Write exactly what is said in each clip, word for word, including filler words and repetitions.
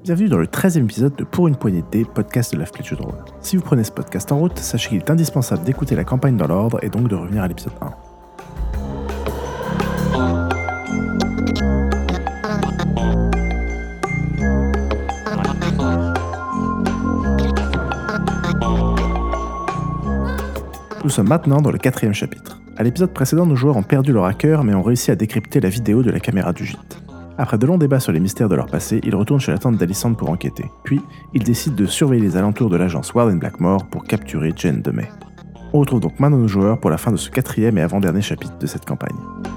Bienvenue dans le treizième épisode de Pour une poignée de dés, podcast de l'A F P de jeu de rôle. Si vous prenez ce podcast en route, sachez qu'il est indispensable d'écouter la campagne dans l'ordre et donc de revenir à l'épisode un. Nous sommes maintenant dans le quatrième chapitre. À l'épisode précédent, nos joueurs ont perdu leur hacker mais ont réussi à décrypter la vidéo de la caméra du gîte. Après de longs débats sur les mystères de leur passé, ils retournent chez la tante d'Alicante pour enquêter. Puis, ils décident de surveiller les alentours de l'agence Warden Blackmore pour capturer Jane DeMay. On retrouve donc maintenant nos joueurs pour la fin de ce quatrième et avant-dernier chapitre de cette campagne.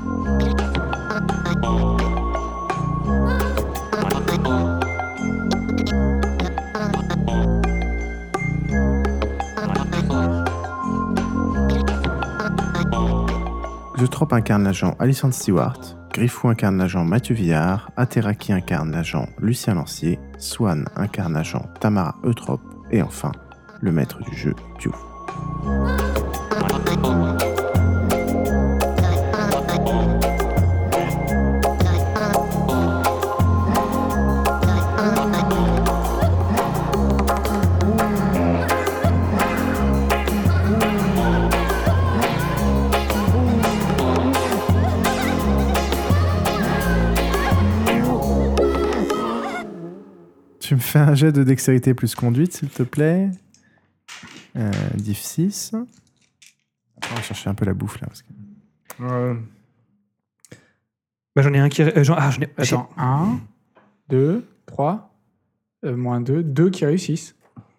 Eutrope incarne l'agent Alicent Stewart, Griffou incarne l'agent Mathieu Villard, Ateraki incarne l'agent Lucien Lancier, Swan incarne l'agent Tamara Eutrope, et enfin, le maître du jeu, Diouf. Tu me fais un jet de dextérité plus conduite, s'il te plaît. Euh, diff six. On va chercher un peu la bouffe, là. Parce que... Euh... Bah, j'en ai un qui... Euh, j'en... Ah, j'en ai... Attends, un, deux, trois, euh, moins deux, deux qui réussissent.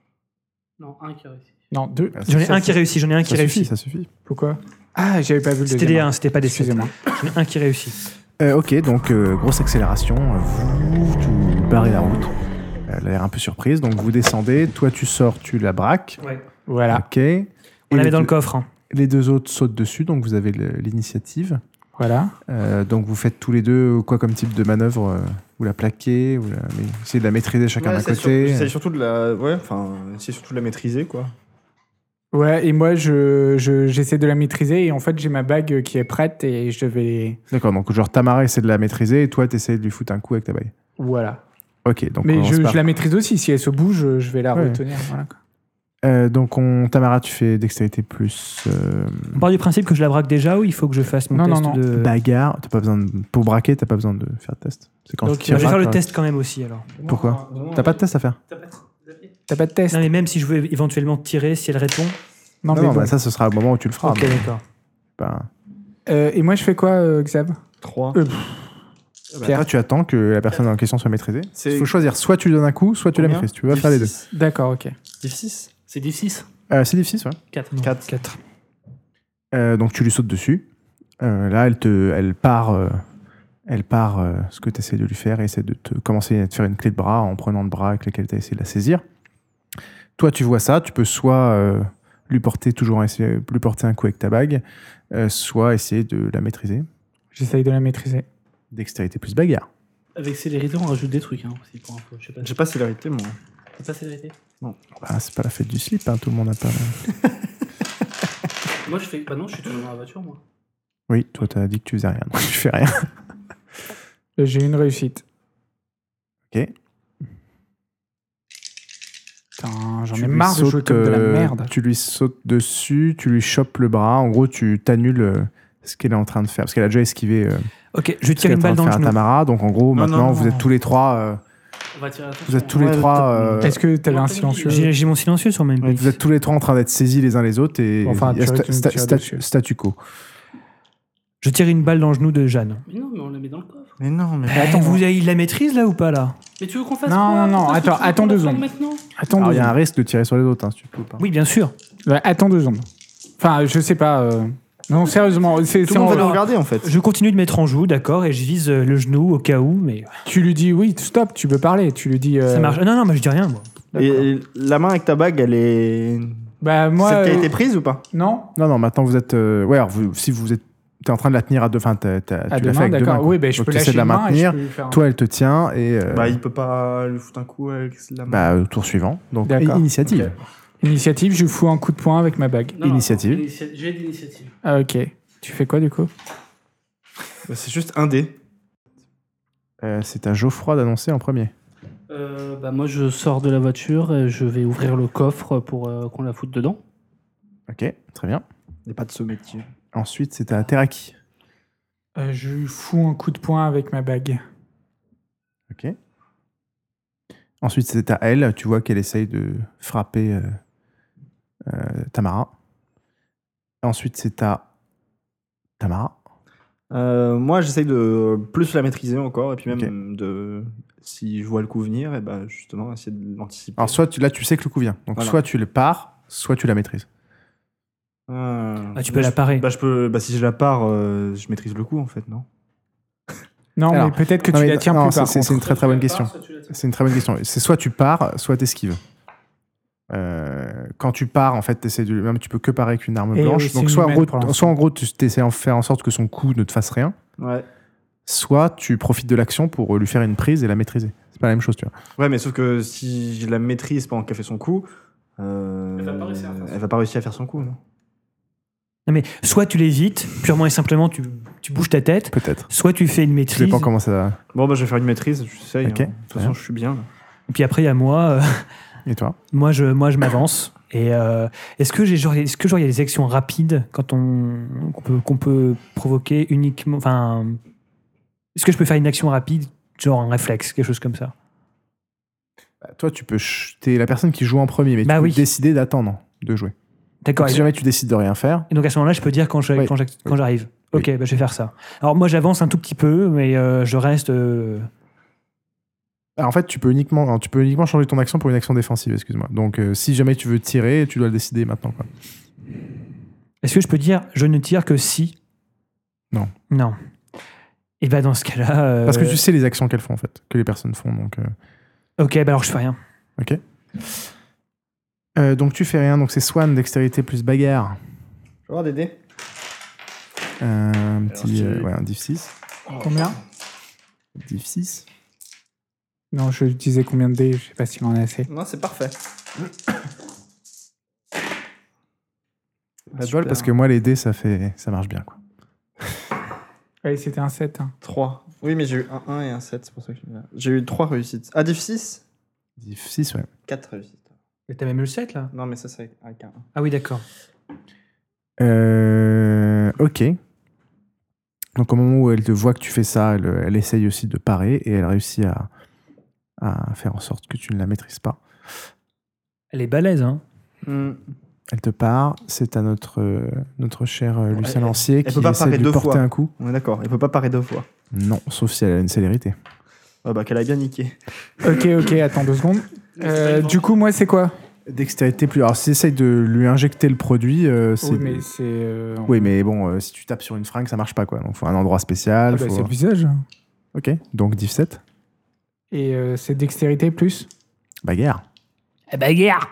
Non, un qui réussit. Non, deux. Ah, J'en ai ça, un ça, qui réussit, j'en ai un qui ça réussit. suffit, ça suffit. Pourquoi? Ah, j'avais pas vu le C'était deuxième. des un, c'était pas des sept. Excusez-moi. J'en ai un qui réussit. Euh, ok, donc euh, grosse accélération. Euh, vous, tu barrez la route. Elle a l'air un peu surprise. Donc vous descendez. Toi, tu sors, tu la braques. Ouais. Voilà. Ok. Et On l'avait les dans deux- le coffre. Hein. Les deux autres sautent dessus, donc vous avez le- l'initiative. Voilà. Euh, donc vous faites tous les deux quoi comme type de manœuvre euh, Vous la plaquez, vous, la... mais essayez de la maîtriser chacun Ouais, d'un c'est côté. sur- C'est surtout de la, ouais, enfin, c'est surtout de la maîtriser, quoi. Ouais, et moi, je, je, j'essaie de la maîtriser et en fait, j'ai ma bague qui est prête et je vais... D'accord, donc genre Tamara essaie de la maîtriser et toi tu essaies de lui foutre un coup avec ta bague. Voilà. Ok, donc Mais on je, se part. je la maîtrise aussi. Si elle se bouge, je vais la Ouais. retenir. Voilà, quoi. Euh, donc on... Tamara, tu fais dextérité plus euh, On part du principe que je la braque déjà ou il faut que je fasse mon Non, test non, non. de... bagarre. T'as pas besoin de... Pour braquer, t'as pas besoin de faire de test. C'est quand Donc, tu Je tires vais faire le quoi. test quand même aussi alors. Pourquoi T'as pas de test à faire T'as pas de test? Non mais même si je veux éventuellement tirer, si elle répond... Non, Non, mais non, bon. bah, ça ce sera au moment où tu le feras. Ok, mais d'accord. pas- Euh, et moi, je fais quoi, euh, Xav? trois. Euh, Pierre, toi, tu attends que la personne en question soit maîtrisée. C'est- Il faut choisir, soit tu lui donnes un coup, soit tu la Combien maîtrises. Tu vas faire les deux. D'accord, ok. Diff six. C'est diff six. Euh, c'est difficile, ouais. quatre. quatre. quatre. Euh, donc tu lui sautes dessus. Euh, là, elle te, elle part, euh, elle part euh, ce que tu essaies de lui faire et essaie de te commencer à te faire une clé de bras en prenant le bras avec lequel tu as essayé de la saisir. Toi, tu vois ça, tu peux soit euh, lui porter toujours essayer, lui porter un coup avec ta bague, euh, soit essayer de la maîtriser. J'essaye de la maîtriser. Dextérité plus bagarre. Avec célérité, on rajoute des trucs hein, aussi pour info. Je sais pas. J'ai pas célérité, moi. C'est pas célérité. Bah, c'est pas la fête du slip, hein, tout le monde n'a pas. Moi, je fais. Bah non, je suis toujours dans la voiture, moi. Oui, toi, t'as dit que tu faisais rien, donc tu fais rien. Euh, J'ai une réussite. Ok. Putain, j'en Tu ai lui marre de jouer sautes, comme de la euh, merde. Tu lui sautes dessus, tu lui chopes le bras. En gros, tu t'annules euh, ce qu'elle est en train de faire. Parce qu'elle a déjà esquivé euh, Ok, je ce tire qu'elle une est en train balle de dans le faire à genou. Tamara. Donc, en gros, Non, maintenant, non, vous non. êtes tous les trois. euh, On va tirer attention. vous êtes tous Ouais, les trois. t'as- euh, Est-ce que t'avais non, un t'as silencieux? dit- J'ai j'ai mon silencieux sur même. Ouais, vous êtes tous les trois en train d'être saisis les uns les autres et Enfin, il y a tu sta- aurais dû me sta- tirer sta- dessus. statu quo. Je tire une balle dans le genou de Jeanne. Mais non, mais on la met dans le coffre. Mais non, mais. Mais attends, vous, il la maîtrise là ou pas là? Mais tu veux qu'on fasse Non, quoi non, non, Pourquoi est-ce que attends, tu veux attends qu'on la deux forme secondes. maintenant. Attends Alors, deux il y a un secondes. risque de tirer sur les autres, hein, si tu peux pas. Oui, bien sûr. Ouais, attends deux secondes. Enfin, je sais pas. euh, Non, sérieusement, c'est, Tout c'est le monde en- va nous regarder, en fait. Je continue de mettre en joue, d'accord, et je vise euh, le genou au cas où, mais tu lui dis oui, stop, tu peux parler. Tu lui dis. euh, ça marche. Non, non, mais je dis rien, moi. Et la main avec ta bague, elle est. Bah, moi. Celle qui a euh, été prise ou pas? Non, Non, non, maintenant vous êtes. euh, Ouais, alors vous- si vous êtes. T'es en train de la tenir à deux. Enfin, t'as- t'as- à tu deux l'as fait mains, avec deux d'accord. mains. quoi. Oui, ben je Donc, peux tu essaies lâcher de la une main et je maintenir. peux lui faire un- Toi, elle te tient et. euh, Bah, il peut pas lui foutre un coup avec la main. bah, au tour suivant. Donc, D'accord. initiative. Ok. Initiative, je lui fous un coup de poing avec ma bague. Non, non, Initiative. attends, initia- J'ai d'initiative. Ah, ok. Tu fais quoi du coup? Bah, c'est juste un dé. Euh, c'est à Geoffroy d'annoncer en premier. Euh, bah, moi, je sors de la voiture et je vais ouvrir le coffre pour euh, qu'on la foute dedans. Ok, très bien. Il n'y a pas de sommet de tir. Ensuite, c'est à Teraki. Euh, je lui fous un coup de poing avec ma bague. Ok. Ensuite, c'est à elle. Tu vois qu'elle essaye de frapper euh, euh, Tamara. Ensuite, c'est à Tamara. Euh, moi, j'essaye de plus la maîtriser encore, et puis même Ok. de, si je vois le coup venir, et ben justement essayer de l'anticiper. Alors, soit tu, là, tu sais que le coup vient. Donc, Voilà. soit tu le pars, soit tu la maîtrises. Euh, Ah, tu bah, peux la je- parer. Bah, je peux, bah, si je la pars, euh, je maîtrise le coup en fait, non? Non, Alors, mais peut-être que non, tu mais la tiens non, plus c'est- par c'est- c'est contre. une très très bonne question. Soit tu la tiens. C'est une très bonne question. C'est soit tu pars, soit tu esquives. Euh, quand tu pars, en fait, t'essaies de, même tu peux que parer avec une arme Et blanche. aussi Donc, une soit en, humaine gros, pour l'instant. soit en gros, tu essaies de faire en sorte que son coup ne te fasse rien, Ouais. soit tu profites de l'action pour lui faire une prise et la maîtriser. C'est pas la même chose, tu vois. Ouais, mais sauf que si je la maîtrise pendant qu'elle fait son coup, euh, Elle va pas réussir à faire son elle va pas réussir à faire son coup, non? Non, mais soit tu l'évites, purement et simplement tu, tu bouges ta tête, Peut-être. soit tu fais une Je maîtrise. sais pas comment ça. Bon, bah, je vais faire une maîtrise, j'essaye. Ok, hein. De toute très façon, bien. je suis bien. là. Et puis après, il y a moi. euh, Et toi? moi, je, moi, je m'avance. Et euh, est-ce que j'ai genre, est-ce que genre il y a des actions rapides quand on qu'on peut, qu'on peut provoquer uniquement, enfin, est-ce que je peux faire une action rapide, genre un réflexe, quelque chose comme ça? Bah, toi, tu peux. ch- T'es la personne qui joue en premier, mais Bah tu peux oui. décider d'attendre de jouer. D'accord. Donc, Et, si jamais tu décides de rien faire, et donc à ce moment-là, je peux dire quand je- Oui. quand j'ac- quand j'arrive. Oui. Ok, bah, je vais faire ça. Alors moi, j'avance un tout petit peu, mais euh, je reste. euh, alors, en fait, tu peux uniquement, alors, tu peux uniquement changer ton action pour une action défensive. Excuse-moi. Donc, euh, si jamais tu veux tirer, tu dois le décider maintenant, quoi. Est-ce que je peux dire je ne tire que si? Non. Non. Et bah dans ce cas-là. euh, Parce que tu sais les actions qu'elles font, en fait, que les personnes font. Donc, euh, Ok, bah alors je fais rien. ok. Euh, donc, tu fais rien. Donc, c'est Swan, dextérité plus bagarre. Je vais avoir des dés. Euh, un Alors, petit, tu- euh, ouais, un diff six. Combien? diff six. Non, je disais combien de dés, je sais pas s'il en a assez. Non, c'est parfait. Pas de bol, parce que moi, les dés, ça fait, ça marche bien, quoi. Ouais, c'était un sept. Hein. trois. Oui, mais j'ai eu un un et un sept, c'est pour ça que je suis là. J'ai eu trois réussites. Ah, diff six? diff six, ouais. quatre réussites. Mais t'as même le sept là? Non, mais ça, c'est avec un un. Ah oui, d'accord. Euh, ok. Donc au moment où elle te voit que tu fais ça, elle, elle essaye aussi de parer et elle réussit à, à faire en sorte que tu ne la maîtrises pas. Elle est balèze, hein. Hmm. Elle te part, c'est à notre, euh, notre cher euh, Lucien Elle- Lancier elle qui peut pas essaie parer de lui deux porter fois. un coup. On est d'accord, elle peut pas parer deux fois. Non, sauf si elle a une célérité. Ah bah qu'elle a bien niqué. Ok, ok, attends deux secondes. Euh, du coup, moi, c'est quoi? Dextérité plus... Alors si essaye de lui injecter le produit, euh, c'est... Oui, mais c'est. euh, Oui, mais bon, euh, si tu tapes sur une fringue, ça marche pas, quoi. Donc faut un endroit spécial. Ah bah, faut- c'est le visage. Ok, donc diff sept. Et euh, c'est dextérité plus? Bagarre. Eh bagarre!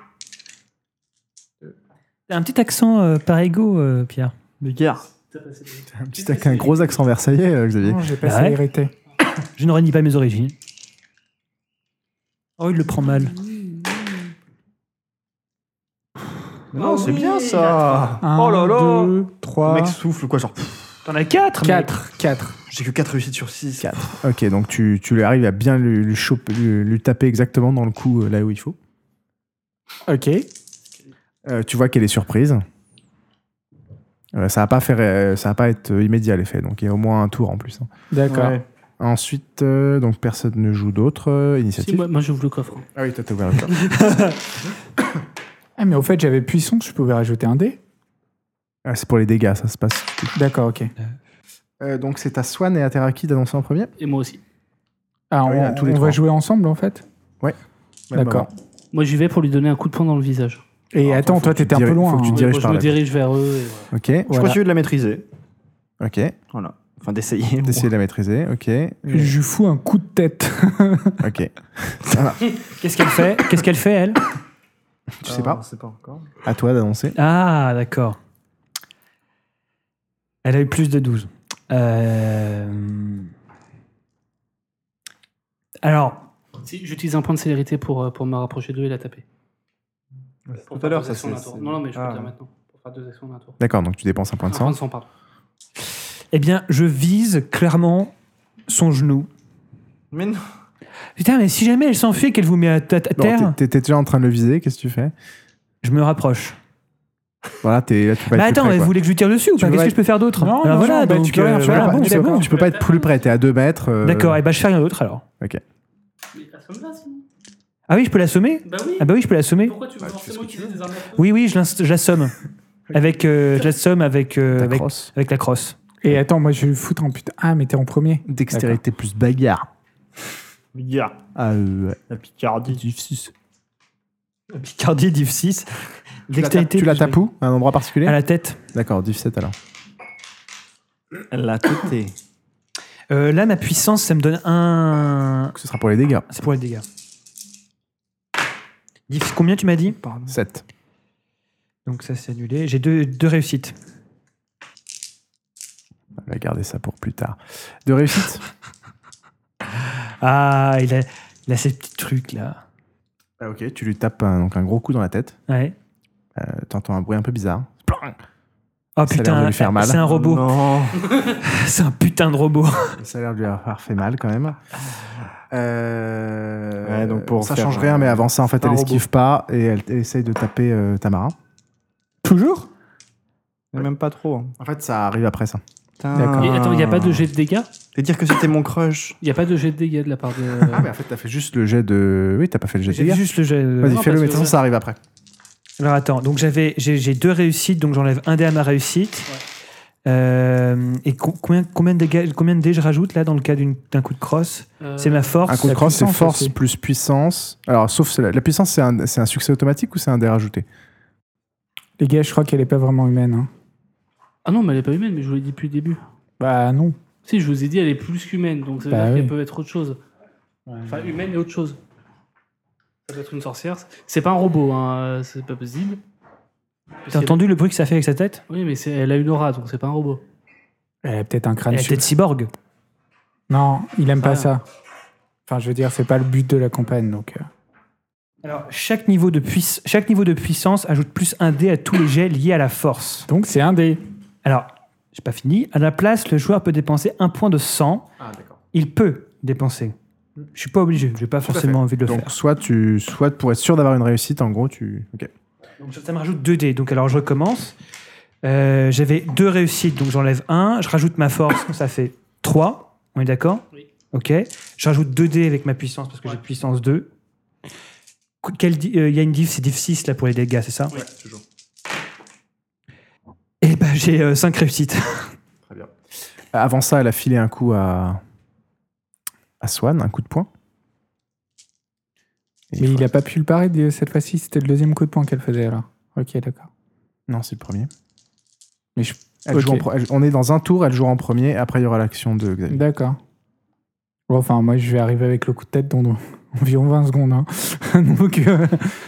T'as un petit accent euh, par ego, euh, Pierre. Bagarre. Un petit avec un gros accent versaillais, euh, Xavier. Non, j'ai pas Ah ouais célérité. Je ne renie pas mes origines. Oh, il le prend mal. Non, c'est bien ça. Un, Oh là là. deux, Le trois, mec souffle quoi, genre. pff, T'en as quatre? quatre. quatre. J'ai que quatre réussites sur six. quatre. Ok, donc tu, tu arrives à bien lui, lui, choper, lui, lui taper exactement dans le cou euh, là où il faut. Ok. Euh, tu vois qu'elle est surprise. Euh, ça va pas faire, euh, ça va pas être euh, immédiat l'effet, donc il y a au moins un tour en plus. hein. D'accord. Ouais. Ensuite, euh, donc personne ne joue d'autres euh, Si, initiatives. moi, moi j'ouvre le coffre. Ah oui, toi t'as ouvert le coffre. Ah, mais au fait, j'avais puissance, je pouvais rajouter un dé. Ah, c'est pour les dégâts, ça se passe. D'accord, ok. Euh, donc c'est à Swan et à Teraki d'annoncer en premier. Et moi aussi. Ah, Oui, on, à tous les on trois. va jouer ensemble en fait. Même D'accord. moment. Moi j'y vais pour lui donner un coup de poing dans le visage. Et Alors, attends, faut toi, que tu t'étais un peu diri- loin. faut que tu hein. diriges Moi, je par me là. dirige vers eux. Et voilà. Ok, Je Voilà. continue de la maîtriser. ok. Voilà. Enfin, d'essayer. D'essayer de la maîtriser, ok. Je lui fous un coup de tête. Ok. Ça va. Qu'est-ce qu'elle fait? Qu'est-ce qu'elle fait, elle? Tu sais pas. C'est pas encore. À toi d'annoncer. Ah, d'accord. Elle a eu plus de douze. Euh... Alors, Si, j'utilise un point de célérité pour, euh, pour me rapprocher d'eux et la taper. Pour Tout faire à l'heure, deux ça actions c'est. d'un tour. c'est- Non, non, mais je peux Ah. le dire maintenant. Pour faire deux actions d'un tour. D'accord, donc tu dépenses un point de Un point sang. de sang, pardon. eh bien, je vise clairement son genou. Mais non. Putain, mais si jamais elle s'enfuit et qu'elle vous met à, à- à Bon, terre, t'es- T'es déjà en train de le viser, qu'est-ce que tu fais? je me rapproche. Voilà, t'es, là, tu peux pas Bah être plus attends, près, vous quoi. voulez que je lui tire dessus ou Tu pas? veux Qu'est-ce que être- je peux faire d'autre? Non, Alors non, voilà, non, bah, donc, tu peux rien euh, faire. voilà, Ah, bon, on est c'est d'accord. bon. Tu peux pas être plus près, t'es à deux mètres. euh, D'accord, et bah je fais rien d'autre alors. Ok. Mais il reste comme ça, sinon. Ah oui, je peux l'assommer? Bah oui. Ah bah oui, je peux l'assommer. Pourquoi tu veux Bah, tu fais forcément ce que tu utiliser des armes à feu? Oui, oui, je l'inst- je l'assomme. Avec, euh, je l'assomme avec, euh, Ta avec, crosse. avec la crosse. Et attends, moi je vais le foutre en putain. Ah, mais t'es en premier. Dextérité plus bagarre. Bigard. Ah, euh, ouais. La Picardie. Picardie, div six. Tu la tapes- Dextérité. Tu la plus- tapes où? À un endroit particulier? À la tête. D'accord, div sept alors. Elle a touté. Euh, là, ma puissance, ça me donne un. Ce sera pour les dégâts. C'est pour les dégâts. Div, combien tu m'as dit? sept. Donc ça, c'est annulé. J'ai deux, deux réussites. On va garder ça pour plus tard. De réussite? Ah, il a, il a ces petits trucs là. Ah, ok, tu lui tapes un, donc un gros coup dans la tête. Ouais. Euh, T'entends un bruit un peu bizarre. Oh Ça a l'air de putain, lui faire mal. c'est un robot. Non. C'est un putain de robot. Ça a l'air de lui avoir fait mal quand même. Euh, Ouais, donc pour ça faire change un- rien, mais avant ça, en fait, un elle robot. esquive pas et elle, elle essaye de taper euh, Tamara. Toujours? Mais Même pas trop. hein. En fait, ça arrive après ça. Putain. D'accord. Et attends, il n'y a pas de jet de dégâts? Et dire que c'était mon crush. Il n'y a pas de jet de dégâts de la part de. Ah, mais en fait, t'as fait juste le jet de. Oui, t'as pas fait le jet de J'ai dégâts. juste le jet. de- Vas-y, Non, fais-le, parce mais de que toute façon, ouais. ça arrive après. Alors attends, donc j'avais, j'ai, j'ai deux réussites, donc j'enlève un dé à ma réussite. Euh, et co- combien, combien, de dégâts, combien de dés je rajoute là dans le cas d'une- d'un coup de crosse? Euh, C'est ma force. Un coup de la crosse, c'est puissance force aussi. plus puissance. Alors, sauf c'est la, la puissance, c'est un, c'est un succès automatique ou c'est un dé rajouté? Les gars, je crois qu'elle est pas vraiment humaine. Hein. Ah non, mais elle est pas humaine, mais je vous l'ai dit depuis le début. Bah non. Si, je vous ai dit, elle est plus qu'humaine, donc ça veut Bah dire oui. qu'elle peut être autre chose. Enfin, humaine et autre chose. Ça peut être une sorcière. C'est pas un robot, hein, c'est pas possible. Parce T'as qu'elle- entendu le bruit que ça fait avec sa tête? Oui, mais c'est- elle a une aura, donc c'est pas un robot. Elle a peut-être un crâne Elle est sur- peut-être cyborg. Non, il aime pas Ah. ça. Enfin, je veux dire, c'est pas le but de la campagne, donc. euh. Alors, chaque niveau, de puiss- chaque niveau de puissance ajoute plus un dé à tous les jets liés à la force. Donc c'est un dé. Alors, j'ai pas fini. À la place, le joueur peut dépenser un point de sang. Ah, d'accord. Il peut dépenser. Je suis pas obligé. J'ai pas Tout à forcément fait. envie de le Donc, faire. soit, tu, soit pour être sûr d'avoir une réussite, en gros, tu. Ok. Donc, ça me rajoute deux dés. Donc, alors, je recommence. Euh, J'avais deux réussites, donc j'enlève un. Je rajoute ma force, donc ça fait trois. On est d'accord? Oui. Ok. Je rajoute deux dés avec ma puissance parce que Ouais. j'ai puissance deux. Qu- quel di- euh, Il y a une div, c'est div six là pour les dégâts, c'est ça? Oui. toujours. Et ben j'ai cinq réussites. Très bien. Avant ça, elle a filé un coup à. à Swan, un coup de poing. Et Mais faut- il a pas pu le parer de- cette fois-ci, c'était le deuxième coup de poing qu'elle faisait alors. Ok, d'accord. Non, c'est le premier. Mais je... Elle Ok. joue en pre- elle- on est dans un tour, elle joue en premier, après il y aura l'action de Xavier. D'accord. Bon, enfin, moi, je vais arriver avec le coup de tête dans environ vingt secondes. Hein. Donc, euh,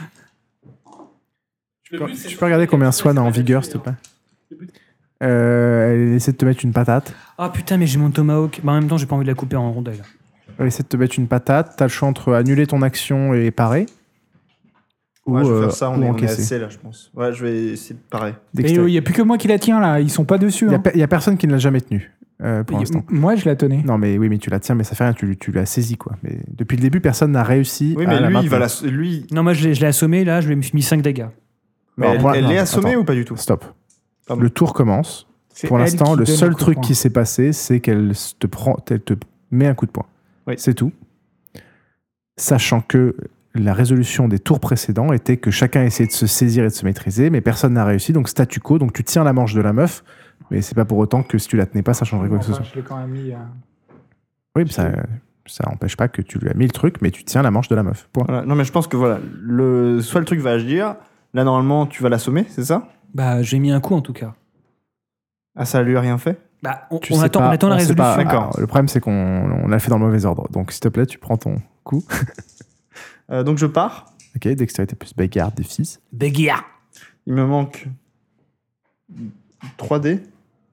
Tu peux, tu peux regarder combien Swan a en vigueur, s'il te plaît? Euh, elle essaie de te mettre une patate. Ah putain, mais j'ai mon tomahawk. Bah, en même temps, j'ai pas envie de la couper en rondelles. Elle essaie de te mettre une patate. T'as le choix entre annuler ton action et parer. Ouais, ou, je vais euh, faire ça, on ou est, on est encaisser. assez là, je pense. Ouais, je vais essayer de pareil. et Dextérité. il n'y a plus que moi qui la tiens là, ils sont pas dessus. Il y a hein. pe- il y a personne qui ne l'a jamais tenue euh, pour Y- l'instant. Moi, je la tenais. Non, mais oui, mais tu la tiens, mais ça fait rien, tu, tu l'as saisie, quoi. Mais depuis le début, personne n'a réussi Oui, à mais la lui, il va maintenir. la. Lui, Non, moi je l'ai je l'ai assommé là, je lui ai mis cinq dégâts. mais Alors, elle, pour la- elle non, est assommée attends. ou pas du tout? Stop. Pardon. Le tour commence. C'est Pour elle l'instant, qui le donne seul coup de truc poing. qui s'est passé, c'est qu'elle te prend, elle te met un coup de poing. Oui. C'est tout. Sachant que la résolution des tours précédents était que chacun essayait de se saisir et de se maîtriser, mais personne n'a réussi, donc statu quo, donc tu tiens la manche de la meuf, mais c'est pas pour autant que si tu la tenais pas, ça changerait quoi que ce Enfin, soit. je l'ai quand même mis. euh, Oui, mais ça, ça empêche pas que tu lui as mis le truc, mais tu tiens la manche de la meuf. Point. Voilà. Non, mais je pense que voilà, le... soit le truc va agir. Là, normalement, tu vas l'assommer, c'est ça? Bah, j'ai mis un coup en tout cas. Ah, ça lui a rien fait? Bah, on, Tu on sais attend, pas, on attend la on sait pas. résolution. D'accord. Alors, le problème, c'est qu'on on l'a fait dans le mauvais ordre. Donc, s'il te plaît, tu prends ton coup. Euh, donc, je pars. Ok, dextérité plus bagarre, des six. Béguia. Il me manque trois dés.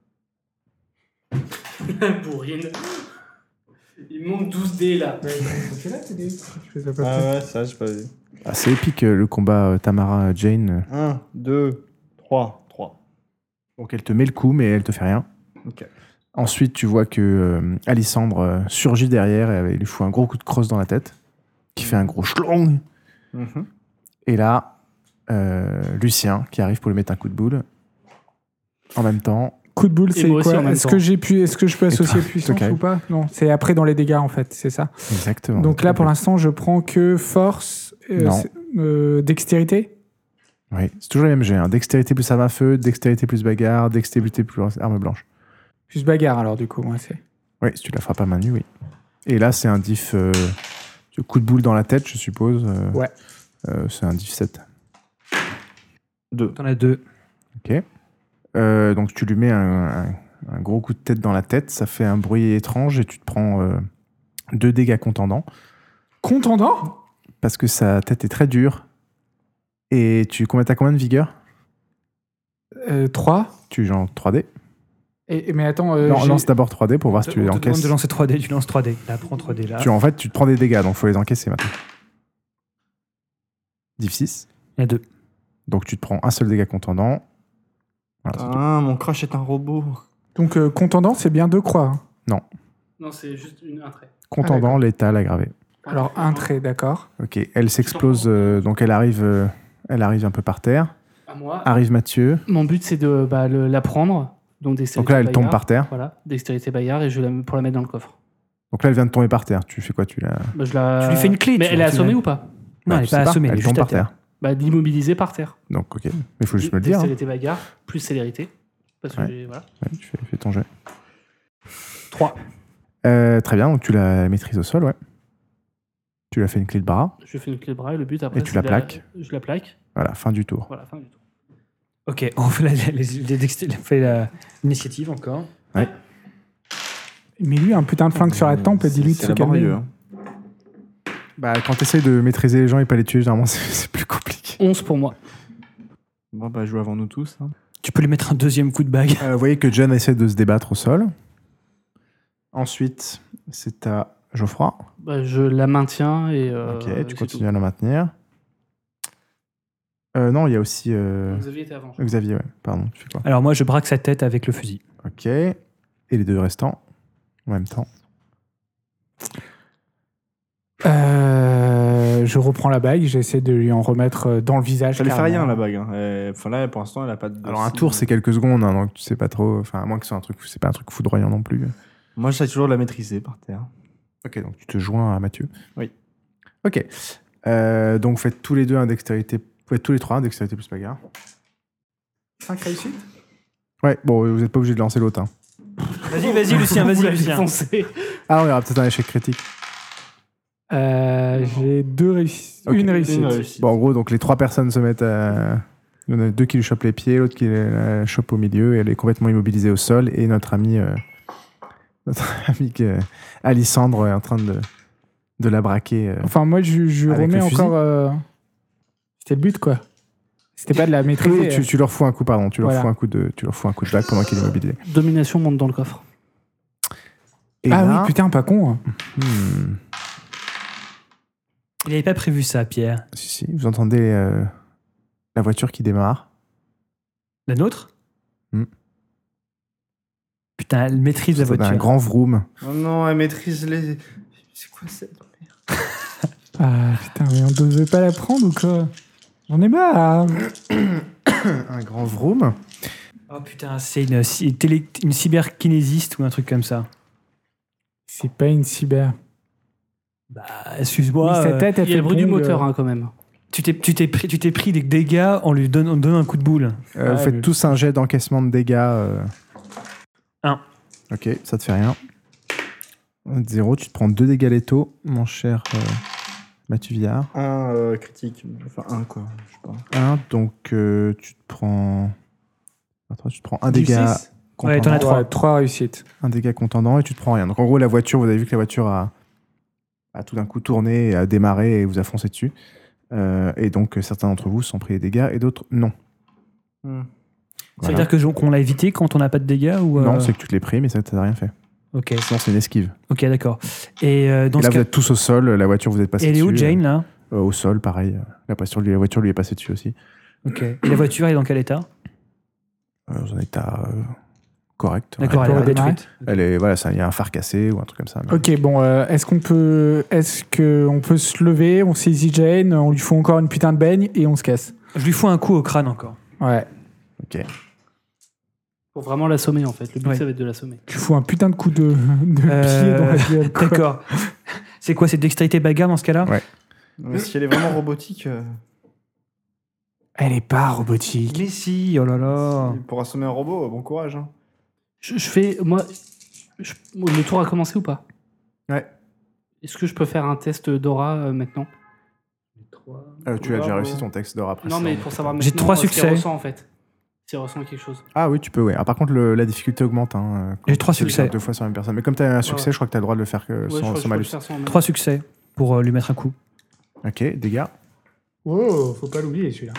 Pour rien. Il me manque douze dés là. C'est là que tu fais ça Ah ouais, ça, j'ai pas vu. Ah, c'est épique euh, le combat euh, Tamara-Jane. un, deux, trois, trois. Donc, elle te met le coup, mais elle te fait rien. Ensuite, tu vois que euh, Alissandre euh, surgit derrière et il lui fout un gros coup de crosse dans la tête, qui fait un gros schlong. Mhm. Et là, euh, Lucien qui arrive pour lui mettre un coup de boule. En même temps. Coup de boule, Et c'est moi aussi quoi? en même Est-ce temps. que j'ai pu, est-ce que je peux Et associer toi, puissance ok. ou pas? Non, c'est après dans les dégâts en fait, c'est ça. Exactement. Donc là, pour l'instant, je prends que force, euh, Non. c'est- euh, dextérité. Oui, c'est toujours les mêmes jets. Hein. Dextérité plus arme à feu, dextérité plus bagarre, dextérité plus arme blanche. Plus bagarre alors du coup, moi c'est. Oui, si tu la frappes à main nue, oui. Et là, c'est un diff euh, coup de boule dans la tête, je suppose. euh, Ouais. euh, c'est un diff sept. Deux. T'en as deux. Ok. Euh, donc tu lui mets un, un- un gros coup de tête dans la tête, ça fait un bruit étrange et tu te prends euh, deux dégâts contendants Contendant? parce que sa tête est très dure. Et tu combien t'as combien de vigueur? Euh, trois. Tu genre trois D. Et, mais attends, euh, Non, j'ai- lance d'abord trois D pour voir si tu les On te demande encaisses. de lancer trois dés, tu lances trois dés. Là, prends trois dés là. Tu, en fait, tu te prends des dégâts, donc il faut les encaisser maintenant. Div six. Il y a deux. Donc tu te prends un seul dégât contendant. Voilà, c'est tout. Ah, mon crush est un robot. donc euh, contendant, c'est bien deux croix. hein. Non, c'est juste une, un trait. Contendant, d'accord. létal, aggravé. Alors un trait, d'accord. Ok, elle s'explose, euh, donc elle arrive, euh, elle arrive un peu par terre. À moi. Arrive Mathieu. Mon but, c'est de bah, le- la prendre. Donc, dextérité Donc là, elle tombe bagarre. par terre. Voilà, dextérité bagarre et je la, pour la mettre dans le coffre. Donc là, elle vient de tomber par terre. Tu fais quoi? Tu la. Bah, je la... Tu lui fais une clé, Mais tu elle vois, est tu assommée la- ou pas? Non, elle je est sais pas assommée, elle Elle est tombe juste à par terre. Bah, d'immobiliser par terre. Donc ok, mais il faut juste me le dire. hein. Dextérité bagarre, plus célérité. Parce que Ouais. j'ai- voilà. Ouais, tu fais, fais ton jet. trois. Euh, très bien, donc tu la maîtrises au sol, ouais. Tu lui as fait une clé de bras. Je fais une clé de bras et le but après. Et tu c'est la de plaques. Je la plaque. Voilà, fin du tour. Voilà, fin du tour. Ok, on fait la- les- les dexté- on fait la- l'initiative encore. Mais lui, un putain de flingue sur la tempe, dis-lui de C'est se calmer. laborieux. hein. Bah, quand tu essayes de maîtriser les gens et pas les tuer, généralement, c'est c'est plus compliqué. onze pour moi. Bon, bah, joue avant nous tous. hein. Tu peux lui mettre un deuxième coup de bague. Euh, vous voyez que John essaie de se débattre au sol. Ensuite, c'est à Geoffroy. Bah, je la maintiens et. euh, ok, et tu c'est continues à la maintenir. Euh, non, il y a aussi euh, tout. Xavier était avant. je Xavier, ouais. Pardon, tu fais quoi? Alors moi, je braque sa tête avec le fusil. Ok. Et les deux restants en même temps. Euh, je reprends la bague, j'essaie de lui en remettre euh, dans le visage. Ça lui fait carrément. rien, la bague. hein. Euh, Enfin, là, pour l'instant, elle a pas de. Alors un tour, c'est quelques secondes, hein, donc tu sais pas trop. Enfin, à moins que ce soit un truc, c'est pas un truc foudroyant non plus. Moi, j'essaie toujours de la maîtriser par terre. Ok, donc tu te joins à Mathieu. Oui. Ok. Euh, donc faites tous les deux un dextérité. Vous faites tous les trois un dextérité plus bagarre. cinq réussites. Ouais, bon, vous n'êtes pas obligé de lancer l'autre. hein. Vas-y, vas-y, Lucien, Vous vas-y, l'avez Lucien. défoncé. Ah, il y aura peut-être un échec critique. Euh, j'ai deux réussites. Ok. Une réussite. Une réussite. Bon, en gros, donc les trois personnes se mettent à. Il y en a deux qui lui chopent les pieds, l'autre qui la chope au milieu, et elle est complètement immobilisée au sol, et notre ami, euh, notre ami euh, Alissandre est en train de, de la braquer. euh. Enfin, moi, je, je Avec remets le fusil. encore. euh, C'était le but, quoi. C'était pas de la maîtriser. Oui, tu, tu leur fous un coup, pardon, tu leur Voilà. fous un coup de, tu leur fous un coup de bague pendant qu'il est immobilisé. Domination monte dans le coffre. Et ah là, oui, putain, pas con. hein. hmm, Il n'avait pas prévu ça, Pierre. si, si, vous entendez euh, la voiture qui démarre. La nôtre Hmm. Putain, elle maîtrise la Vous entendez voiture. un grand vroom. Oh non, elle maîtrise les. C'est quoi cette merde? Ah putain, mais on devait pas la prendre ou quoi? J'en ai marre. Un grand vroom. Oh putain, c'est une, ci- télé- une cyberkinésiste ou un truc comme ça. C'est pas une cyber. Bah, excuse-moi. Oui, sa euh, tête, elle Il y a fait le bruit du pong, moteur euh, hein, quand même. tu t'es tu t'es pris, tu t'es pris des dégâts en lui donnant, en donnant un coup de boule. Euh, Ouais, vous faites mais- tous un jet d'encaissement de dégâts. euh. Un. Ok, ça te fait rien. Zéro, tu te prends deux dégâts létaux, mon cher euh, Mathieu Villard. Un euh, critique. Enfin, un quoi. Je sais pas. Un, donc euh, tu te prends. Attends, tu te prends un Du dégât six. Ouais, t'en contendant, as trois. Ouais, trois réussites. un dégât contendant et tu te prends rien. Donc en gros, la voiture, vous avez vu que la voiture a, a tout d'un coup tourné, et a démarré et vous a foncé dessus. Euh, et donc euh, certains d'entre vous se sont pris des dégâts et d'autres non. Hmm. Ça Voilà. veut dire que je- qu'on l'a évité quand on n'a pas de dégâts ou euh, Non, c'est que tu te l'es pris, mais ça t'a rien fait. Ok, Sinon, c'est une esquive. ok, d'accord. Et euh, dans Et ce là, vous cas, êtes tous au sol, la voiture, vous êtes passé et elle est dessus. où Jane là euh, Au sol, pareil. La voiture, lui, la voiture lui est passée dessus aussi. Ok. Et la voiture elle est dans quel état Euh, vous en êtes à euh, correcte. D'accord, Ouais. elle est Pour redémarrer. détruite. Elle est, voilà, ça, il y a un phare cassé ou un truc comme ça. mais- Ok, bon, euh, est-ce qu'on peut, est-ce que on peut se lever, on saisit Jane, on lui fout encore une putain de baigne et on se casse. Je lui fous un coup au crâne encore. Ouais. Ok. Pour vraiment l'assommer, en fait. Le but, Ouais. ça va être de l'assommer. Tu fous un putain de coup de, de Euh, pied dans la gueule. quoi. D'accord. C'est quoi, c'est dextérité bagarre dans ce cas-là? Ouais. Mais si elle est vraiment robotique, euh, Elle est pas robotique. Mais si, oh là là. pour assommer un robot, euh, bon courage. Hein. Je, je fais. Moi. je- le tour a commencé ou pas? Ouais. Est-ce que je peux faire un test d'aura euh, maintenant? Euh, tu as déjà Bravo. réussi ton texte d'or après. Non, mais pour savoir J'ai maintenant trois euh, ce qu'elle succès. ressent, en fait. Si elle ressent quelque chose. Ah oui, tu peux, ouais. Ah, par contre, le- la difficulté augmente. Hein, quand J'ai trois tu le succès. fais deux fois sur la même personne. Mais comme tu as un succès, ouais. je crois que tu as le droit de le faire que Ouais, je sans, crois que sans je peux le malus. faire sans malus. Trois succès pour euh, lui mettre un coup. Ok, dégâts. Oh, faut pas l'oublier celui-là.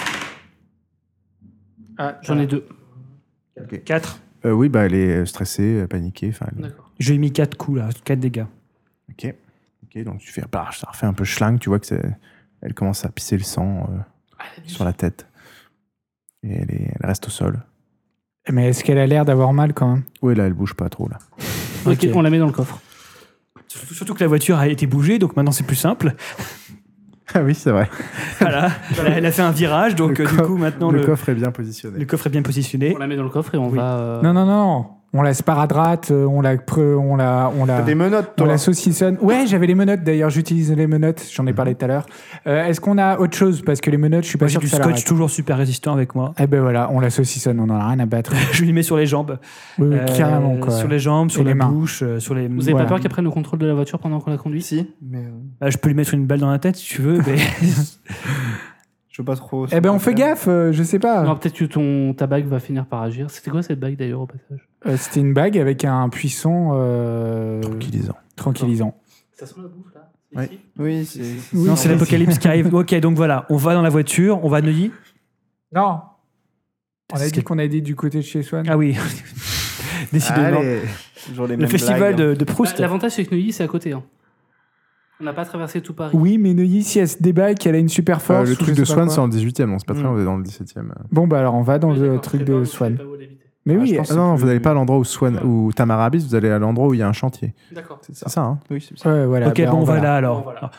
Ah, j'en ai deux. quatre. Euh, oui, bah, elle est stressée, paniquée. Enfin, elle- D'accord. Je lui ai mis quatre coups là, quatre dégâts. Ok. Ok, donc tu fais. Bah, ça refait un peu schlang, tu vois que c'est. Elle commence à pisser le sang euh, Ah, elle a du sur la tête. Et elle, est... elle reste au sol. Mais est-ce qu'elle a l'air d'avoir mal quand même? Oui, là, elle bouge pas trop, là. Ok, on la met dans le coffre. Surtout surtout que la voiture a été bougée, donc maintenant c'est plus simple. Ah oui, c'est vrai. Voilà, elle a- elle a fait un virage, donc Le euh, du co- coup maintenant le, le, coffre est bien positionné. le coffre est bien positionné. On la met dans le coffre et on Oui. va. euh, Non, non, non. On la sparadrate, euh, on la, pre- on la, on la, T'as des menottes, on toi. la saucissonne. Ouais, j'avais les menottes d'ailleurs. J'utilise les menottes. J'en ai parlé tout à l'heure. Euh, est-ce qu'on a autre chose? Parce que les menottes, je suis pas Moi j'ai sûr du que ça scotch l'arrête. toujours super résistant avec moi. Eh ben voilà, on la saucissonne. On en a rien à battre. Je lui mets sur les jambes. Oui, oui, Euh, carrément quoi. Sur les jambes, sur Et la les mains. bouche, euh, sur les. Vous avez Voilà. pas peur qu'elle prenne le contrôle de la voiture pendant qu'on la conduit? Si, mais euh, Bah, je peux lui mettre une balle dans la tête si tu veux, mais je veux pas trop. Eh ben on fait gaffe. euh, je sais pas. Non, peut-être que ton, ta bague va finir par agir. C'était quoi cette bague d'ailleurs au passage? Euh, C'était une bague avec un puissant euh, Tranquillisant. tranquillisant. Ça sent la bouffe là? Oui. Ici Oui, c'est. Oui, non, c'est oui. l'apocalypse qui arrive. Ok, donc voilà, on va dans la voiture, on va à Neuilly. Non. On a C'est ce dit que- qu'on a dit du côté de chez Swan. Ah oui, décidément. Allez, toujours les Le mêmes festival blagues. de, de Bah, Proust. L'avantage c'est que Neuilly c'est à côté. Hein. On n'a pas traversé tout Paris. Oui, mais Neuilly, si elle se débat, qu'elle a une super Euh, force. le ou truc je de sais pas Swan, quoi. c'est en dix-huitième, donc c'est pas très Mm. loin, on est dans le dix-septième. Bon, bah alors on va dans Oui, le d'accord, truc je sais de pas, je sais Swan. pas où elle habitait. Mais Ah, oui, je pense- euh, non, non, plus- vous n'allez pas à l'endroit où Swan, où Tamara habite, vous allez à l'endroit où il y a un chantier. D'accord. C'est C'est ça, hein. Oui, c'est ça. ouais, voilà. Ok, bah, bon, on va là. là Bon, alors. voilà.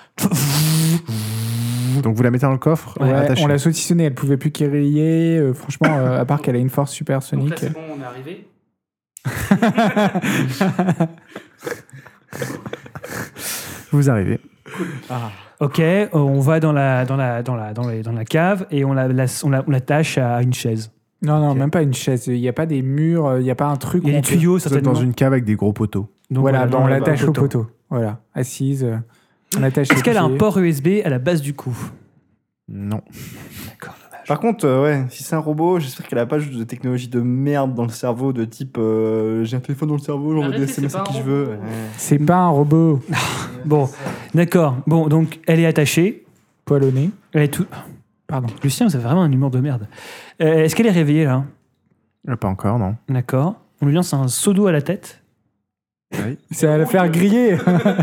Donc vous la mettez dans le coffre, Ouais, attachée. on l'a saucissonnée, elle pouvait plus qu'ériller. euh, franchement, euh, à part qu'elle a une force Donc là supersonique. c'est bon, on est arrivé. Vous arrivez. Ok, euh, on va dans la, dans la, dans la, dans la, dans la cave et on la, la- on la- on l'attache à une chaise. Non, non, Ok. même pas une chaise. Il n'y a pas des murs, il n'y a pas un truc. Il y a où des on peut- tuyaux Vous êtes certainement. dans une cave avec des gros poteaux. Donc Voilà, bah, on dans le- l'attache dans le au poteau. Voilà, assise. euh, On attache Est-ce les qu'elle a un pieds. port U S B à la base du cou? Non. D'accord, dommage. Par contre, euh, ouais, si c'est un robot, j'espère qu'elle a pas juste de technologie de merde dans le cerveau, de type euh, j'ai un téléphone dans le cerveau, j'envoie des Arrêtez, S M S c'est à pas qui un je veux. robot. Ouais. C'est pas un robot. Bon, d'accord. Bon, donc elle est attachée. Poil au nez. Elle est tout. Pardon. Lucien, vous avez vraiment un humour de merde. Euh, Est-ce qu'elle est réveillée là? Euh, Pas encore, non. D'accord. On lui lance un seau d'eau à la tête. Oui. Ça va la faire griller.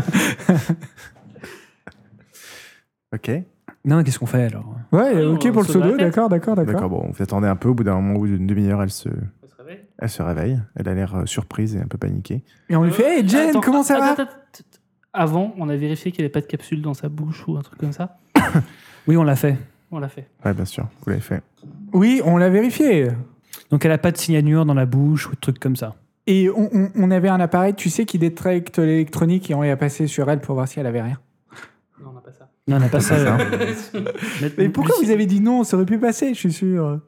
Ok. Non, mais qu'est-ce qu'on fait alors? Ouais, Ah non, ok pour le on se bat la pseudo, tête. d'accord, d'accord, D'accord, d'accord. bon, vous attendez un peu, au bout d'un moment, au bout d'une demi-heure, elle se, On se réveille. elle se réveille. Elle a l'air euh, surprise et un peu paniquée. Et on lui fait, hey Jen, Attends, comment ça attends, va attends, attends, attends. Avant, on a vérifié qu'il n'y avait pas de capsule dans sa bouche ou un truc comme ça. Oui, on l'a fait. On l'a fait. Ouais, bien sûr, vous l'avez fait. Oui, on l'a vérifié. Donc elle a pas de signalure dans la bouche ou de trucs comme ça. Et on, on- on avait un appareil, tu sais, qui détecte l'électronique et on y a passé sur elle pour voir si elle avait rien. Non, on n'a pas ça. Non, on n'a pas ça. ça. Mais- Mais pourquoi Lucie- vous avez dit non? Ça aurait pu passer, je suis sûr.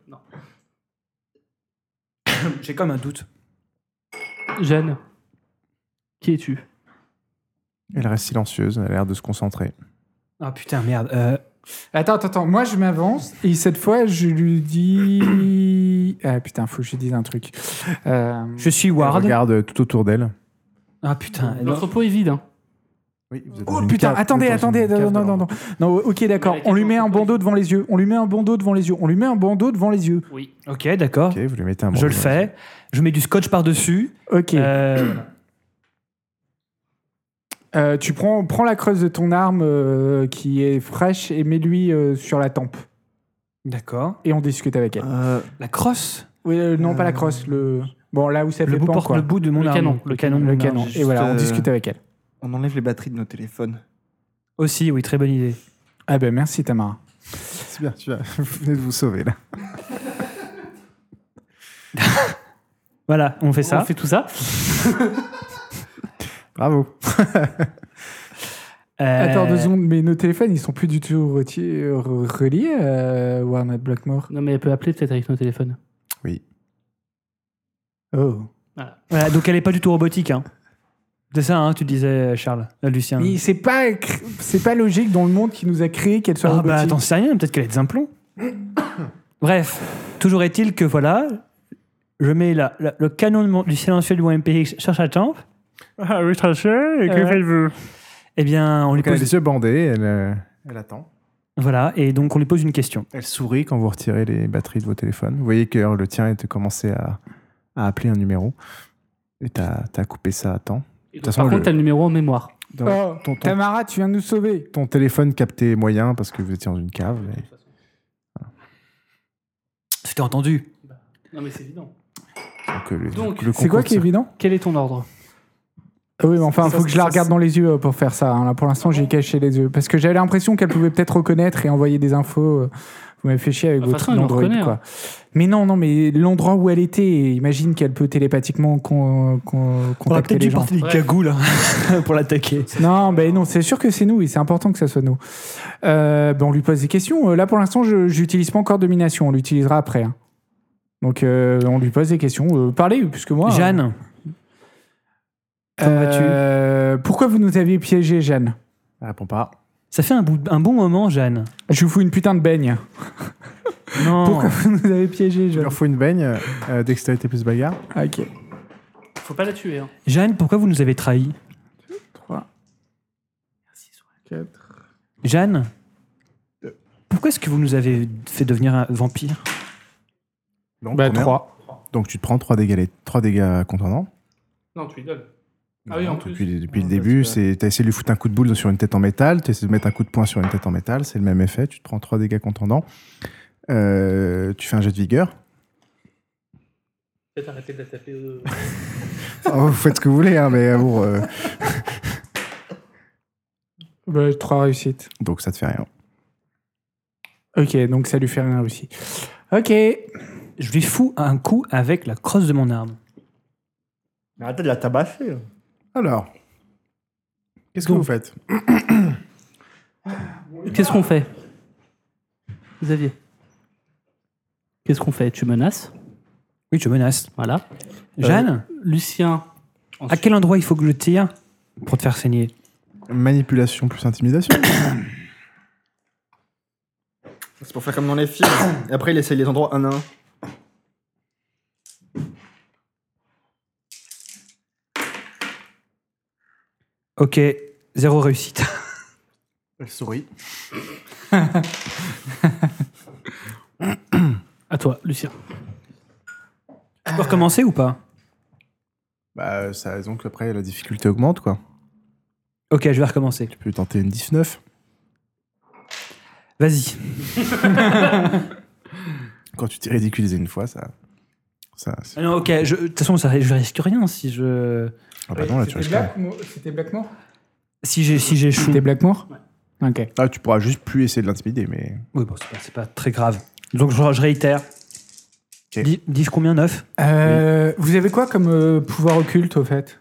J'ai comme un doute. Jeanne, qui es-tu? Elle reste silencieuse, elle a l'air de se concentrer. Ah putain, merde. Euh, Attends, attends, attends. Moi, je m'avance et cette fois, je lui dis. Ah putain, faut que je dise un truc. Euh, je suis Elle Ward. regarde tout autour d'elle. Ah putain. elle- L'entrepôt est vide. Hein. Oui, vous êtes dans Oh une putain, cave- attendez, vous êtes dans attendez, une cave non, de non, non, non. Non, ok, d'accord. Mais On lui met un laquelle bandeau devant les yeux. On lui met un bandeau devant les yeux. On lui met un bandeau devant les yeux. Oui. Ok, d'accord. Ok, vous lui mettez un Je bandeau le dans fais. Je mets du scotch par-dessus. Ok. Euh, Euh, tu prends, prends la creuse de ton arme euh, qui est fraîche et mets-lui euh, sur la tempe. D'accord. Et on discute avec elle. Euh, La crosse. Oui, euh, non, pas la crosse. Le... Bon, là où ça Le fait bout, pan, porte quoi. le bout de mon Le arme. canon, Le canon. de Le mon canon. arme. Et voilà, on euh, discute avec elle. On enlève les batteries de nos téléphones. Aussi, oui, très bonne idée. Ah ben merci Tamara. C'est bien, tu vas, vous venez de vous sauver là. Voilà, on fait ça. On fait tout ça. Bravo. Euh, Attends deux secondes, mais nos téléphones, ils sont plus du tout reti- re- reliés à Warner Blackmore. Non, mais elle peut appeler peut-être avec nos téléphones. Oui. Oh. Voilà, donc elle est pas du tout robotique. Hein. C'est ça, hein, tu disais, Charles, euh, Lucien. Mais c'est pas, cr- c'est pas logique dans le monde qui nous a créé qu'elle soit Ah robotique. bah attends, c'est rien, peut-être qu'elle a des implants. Bref, toujours est-il que voilà, je mets la, la- le canon de mon- du silencieux du M P X sur sa tempe. Ah oui, très cher. Et que faites-vous? Eh bien, on lui Elle a pose... les yeux bandés, elle, euh, elle attend. Voilà, et donc on lui pose une question. Elle sourit quand vous retirez les batteries de vos téléphones. Vous voyez que le tien était commencé à, à appeler un numéro. Et t'as as coupé ça à temps. Et donc, toute façon, par le- contre, t'as le numéro en mémoire. Dans- Oh, ton, ton- Tamara, tu viens de nous sauver. ton téléphone captait moyen parce que vous étiez dans une cave. et- C'était entendu. Non, mais c'est évident. donc, euh, le- Donc, le C'est quoi concours qui est de- évident? Quel est ton ordre? Ah oui, mais enfin, il Ça, faut que je ça, la ça, regarde ça. dans les yeux euh, pour faire ça. hein. Là, pour l'instant, j'ai caché les yeux. Parce que j'avais l'impression qu'elle pouvait peut-être reconnaître et envoyer des infos. euh, Vous m'avez fait chier avec De toute votre façon, elle nous Android, reconnaît, quoi. hein. Mais non, non, mais l'endroit où elle était, imagine qu'elle peut télépathiquement con- con- On aurait contacter peut-être les dû gens. porter des Ouais. cagoules hein, pour l'attaquer. Non, ben non, c'est sûr que c'est nous et c'est important que ça soit nous. Euh, ben on lui pose des questions. Euh, Là, pour l'instant, je n'utilise pas encore domination. On l'utilisera après. hein. Donc, euh, on lui pose des questions. Euh, parlez, puisque moi. Jeanne, comment vas-tu euh, pourquoi vous nous aviez piégé, Jeanne? Elle répond pas. Ça fait un, bout- un bon moment, Jeanne. Je vous fous une putain de baigne. Non. Pourquoi vous nous avez piégé, Il Jeanne? leur faut une baigne, euh, dextérité plus bagarre. Ah, ok. Faut pas la tuer. Hein. Jeanne, pourquoi vous nous avez trahis? trois, quatre. Jeanne, pourquoi est-ce que vous nous avez fait devenir un vampire? Donc, Bah, combien trois. Donc tu te prends trois dégâts, trois dégâts contondants. Non, tu lui donnes. Ah oui, en plus. Depuis, depuis le Ouais, début, parce que- c'est t'as essayé de lui foutre un coup de boule sur une tête en métal, tu essaies de mettre un coup de poing sur une tête en métal, c'est le même effet, tu te prends trois dégâts contondants. Euh, tu fais un jet de vigueur. Peut-être arrêter de la taper. euh. Ah, vous faites ce que vous voulez, hein, mais euh, bon, euh, Bah, trois réussites. donc ça te fait rien. Ok, donc ça lui fait rien aussi. Ok. Je lui fous un coup avec la crosse de mon arme. Mais arrêtez de la tabasser. Alors, qu'est-ce que Donc- vous faites? Qu'est-ce qu'on fait, Xavier? Qu'est-ce qu'on fait? Tu menaces. Oui, je menace. Voilà. Jeanne, Lucien. à quel endroit il faut que je tire pour te faire saigner? Manipulation plus intimidation. C'est pour faire comme dans les films. Et après, il essaye les endroits un à un. Ok, zéro réussite. Elle sourit. À toi, Lucien. Tu peux recommencer ou pas? Bah, ça a raison qu'après la difficulté augmente, quoi. Ok, je vais recommencer. Tu peux tenter une dix-neuf. Vas-y. Quand tu t'es ridiculisé une fois, ça. ça c'est- Ah non, ok, je- de toute façon, ça, je risque rien si je. Ah bah non, là tu risques rien. C'était Blackmore Si j'ai si j'échoue. C'était Blackmore Ok. Ah, tu pourras juste plus essayer de l'intimider, mais. Oui, bon, c'est pas, c'est pas très grave. Donc je, je réitère. Ok. dix, dix combien? neuf? Euh, Vous avez quoi comme euh, pouvoir occulte, au fait?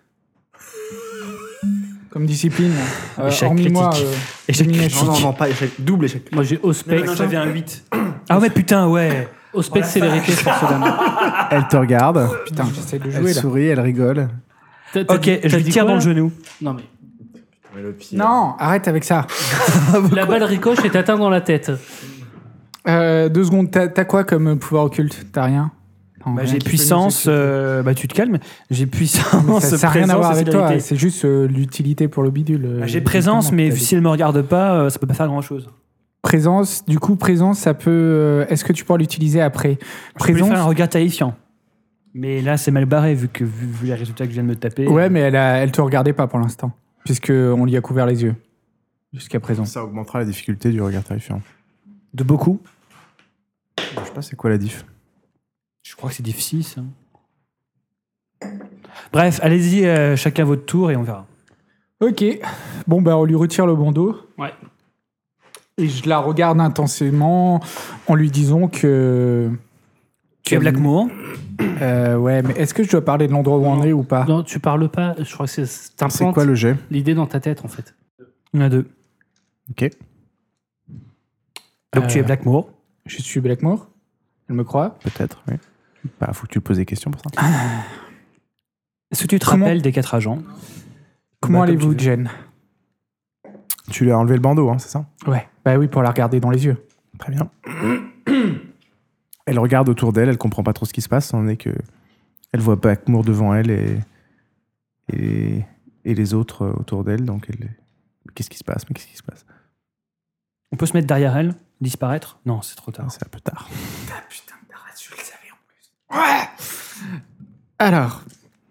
Comme discipline euh, Échec hormis moi, critique. euh, Échec domination. Non, non, non, pas échec. Double échec. Moi, j'ai Auspex. Non, j'avais un huit. Ah ouais, putain, ouais. Auspex, célérité, force d'âme. Elle te regarde, Putain, j'essaie de elle jouer là. sourit, elle rigole. T'as- t'as Ok, dit- je t'as lui dit tire quoi, dans le là genou. Non, mais. Non, arrête avec ça. La balle ricoche et t'atteint dans la tête. Euh, deux secondes, t'as t'as quoi comme pouvoir occulte? T'as rien? Non, Bah, rien j'ai qui peut puissance. nous expliquer. euh, bah, tu te calmes. J'ai puissance. Mais ça n'a rien à présence voir et avec toi, célérité. c'est juste euh, l'utilité pour le bidule. euh, Bah, j'ai présence, justement, mais t'as dit. si elle me regarde pas, euh, ça peut pas faire grand chose. Présence, du coup, présence, ça peut. euh, Est-ce que tu pourras l'utiliser après? Je peux lui Présence. faire un regard terrifiant. Mais là, c'est mal barré vu que vu, vu les résultats que je viens de me taper. Ouais, mais elle, a, elle te regardait pas pour l'instant, puisque on lui a couvert les yeux jusqu'à présent. Ça augmentera la difficulté du regard terrifiant. De beaucoup. Je sais pas c'est quoi la diff. Je crois que c'est difficile, ça. Bref, allez-y, euh, chacun votre tour et on verra. Ok. Bon, bah, on lui retire le bandeau. Ouais. Et je la regarde intensément en lui disant que... Tu es Blackmoor. Euh, ouais, mais est-ce que je dois parler de l'endroit où on Non. est ou pas? Non, tu parles pas. Je crois que c'est C'est t'implantes quoi le jet? l'idée dans ta tête en fait. Il y en a deux. Ok. Donc tu Euh, es Blackmoor. Je suis Blackmoor. Elle me croit. Peut-être, oui. Bah, faut que tu poses des questions pour ça. Est-ce que tu te Comment- rappelles des quatre agents? Comment Bah, comme allez-vous, tu veux. Jen? Tu lui as enlevé le bandeau, hein, c'est ça? Ouais. Bah oui, pour la regarder dans les yeux. Très bien. Elle regarde autour d'elle, elle comprend pas trop ce qui se passe, on est que elle voit Blackmoor devant elle et, et, et les autres autour d'elle, donc elle... Mais qu'est-ce qui se passe? Mais qu'est-ce qui se passe? On peut se mettre derrière elle? Disparaître? Non, c'est trop tard. Ah, c'est un peu tard. Ah putain, je le savais en plus. Ouais. Alors,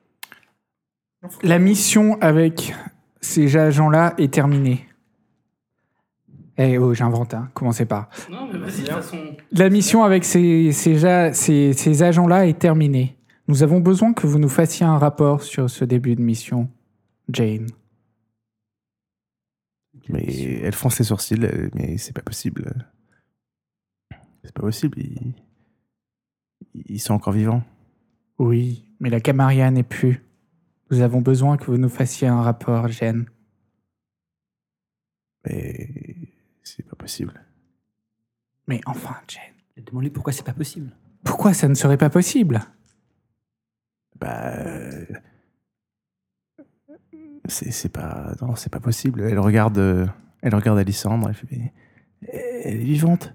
la mission avec ces agents-là est terminée. Eh oh, j'invente, hein. Commencez pas. Non, mais vas-y, de toute façon. La mission avec ces, ces, ja- ces, ces agents-là est terminée. Nous avons besoin que vous nous fassiez un rapport sur ce début de mission, Jane. Mais elle fronce les sourcils, elle- mais c'est pas possible. C'est pas possible, ils... ils sont encore vivants. Oui, mais la Camarilla n'est plus. Nous avons besoin que vous nous fassiez un rapport, Jane. Mais c'est pas possible. Mais enfin, Jane. Demande-lui pourquoi c'est pas possible. Pourquoi ça ne serait pas possible? Bah... euh, C'est, c'est pas... Non, c'est pas possible. Elle regarde, euh, elle regarde Alissandre, elle fait... Mais elle est vivante.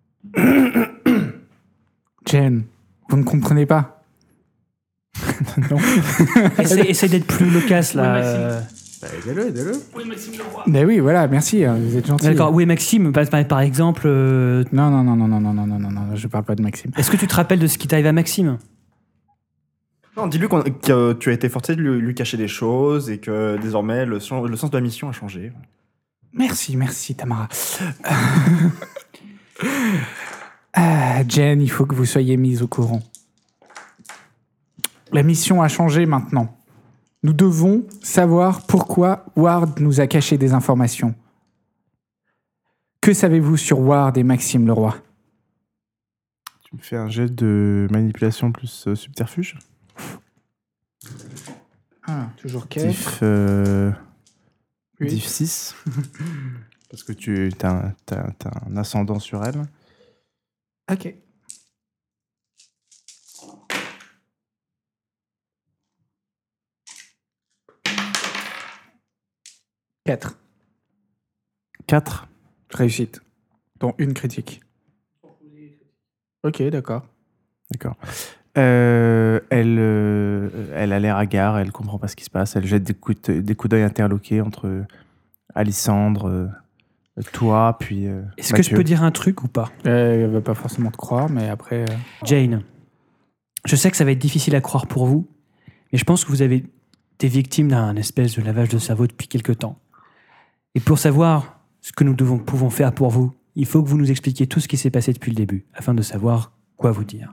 Jane, vous ne comprenez pas? Non. Essaye, essaye d'être plus loquace, là. Oui, Maxime. euh. Bah, aidez-le, aidez-le. Oui, Maxime Leroy. Ben oui, voilà, merci, hein, vous êtes gentil. D'accord, oui, Maxime, par, par- par exemple, euh, Non, non, non, non, non, non, non, non, non, non, je parle pas de Maxime. est-ce que tu te rappelles de ce qui t'arrive à Maxime? Non, dis-lui qu'on- que tu as été forcé de lui, lui cacher des choses et que désormais le, sen- le sens de la mission a changé. Merci, merci, Tamara. Ah, Jen, il faut que vous soyez mise au courant. La mission a changé maintenant. Nous devons savoir pourquoi Ward nous a caché des informations. Que savez-vous sur Ward et Maxime Leroy? Tu me fais un jet de manipulation plus euh, subterfuge. Ah, toujours Diff, euh, Oui. diff six. Parce que tu as un, t'as- t'as un ascendant sur elle. Ok. quatre. quatre. Réussite. Dont une critique. Ok, d'accord. D'accord. Euh, elle, euh, elle a l'air hagard, elle comprend pas ce qui se passe. Elle jette des coups, de- des coups d'œil interloqués entre Alissandre, euh, toi, puis. euh, Est-ce que je Mathieu. peux dire un truc ou pas? Euh, elle va pas forcément te croire, mais après... euh, Jane, je sais que ça va être difficile à croire pour vous, mais je pense que vous avez été victime d'un espèce de lavage de cerveau depuis quelque temps. Et pour savoir ce que nous devons, pouvons faire pour vous, il faut que vous nous expliquiez tout ce qui s'est passé depuis le début, afin de savoir quoi vous dire.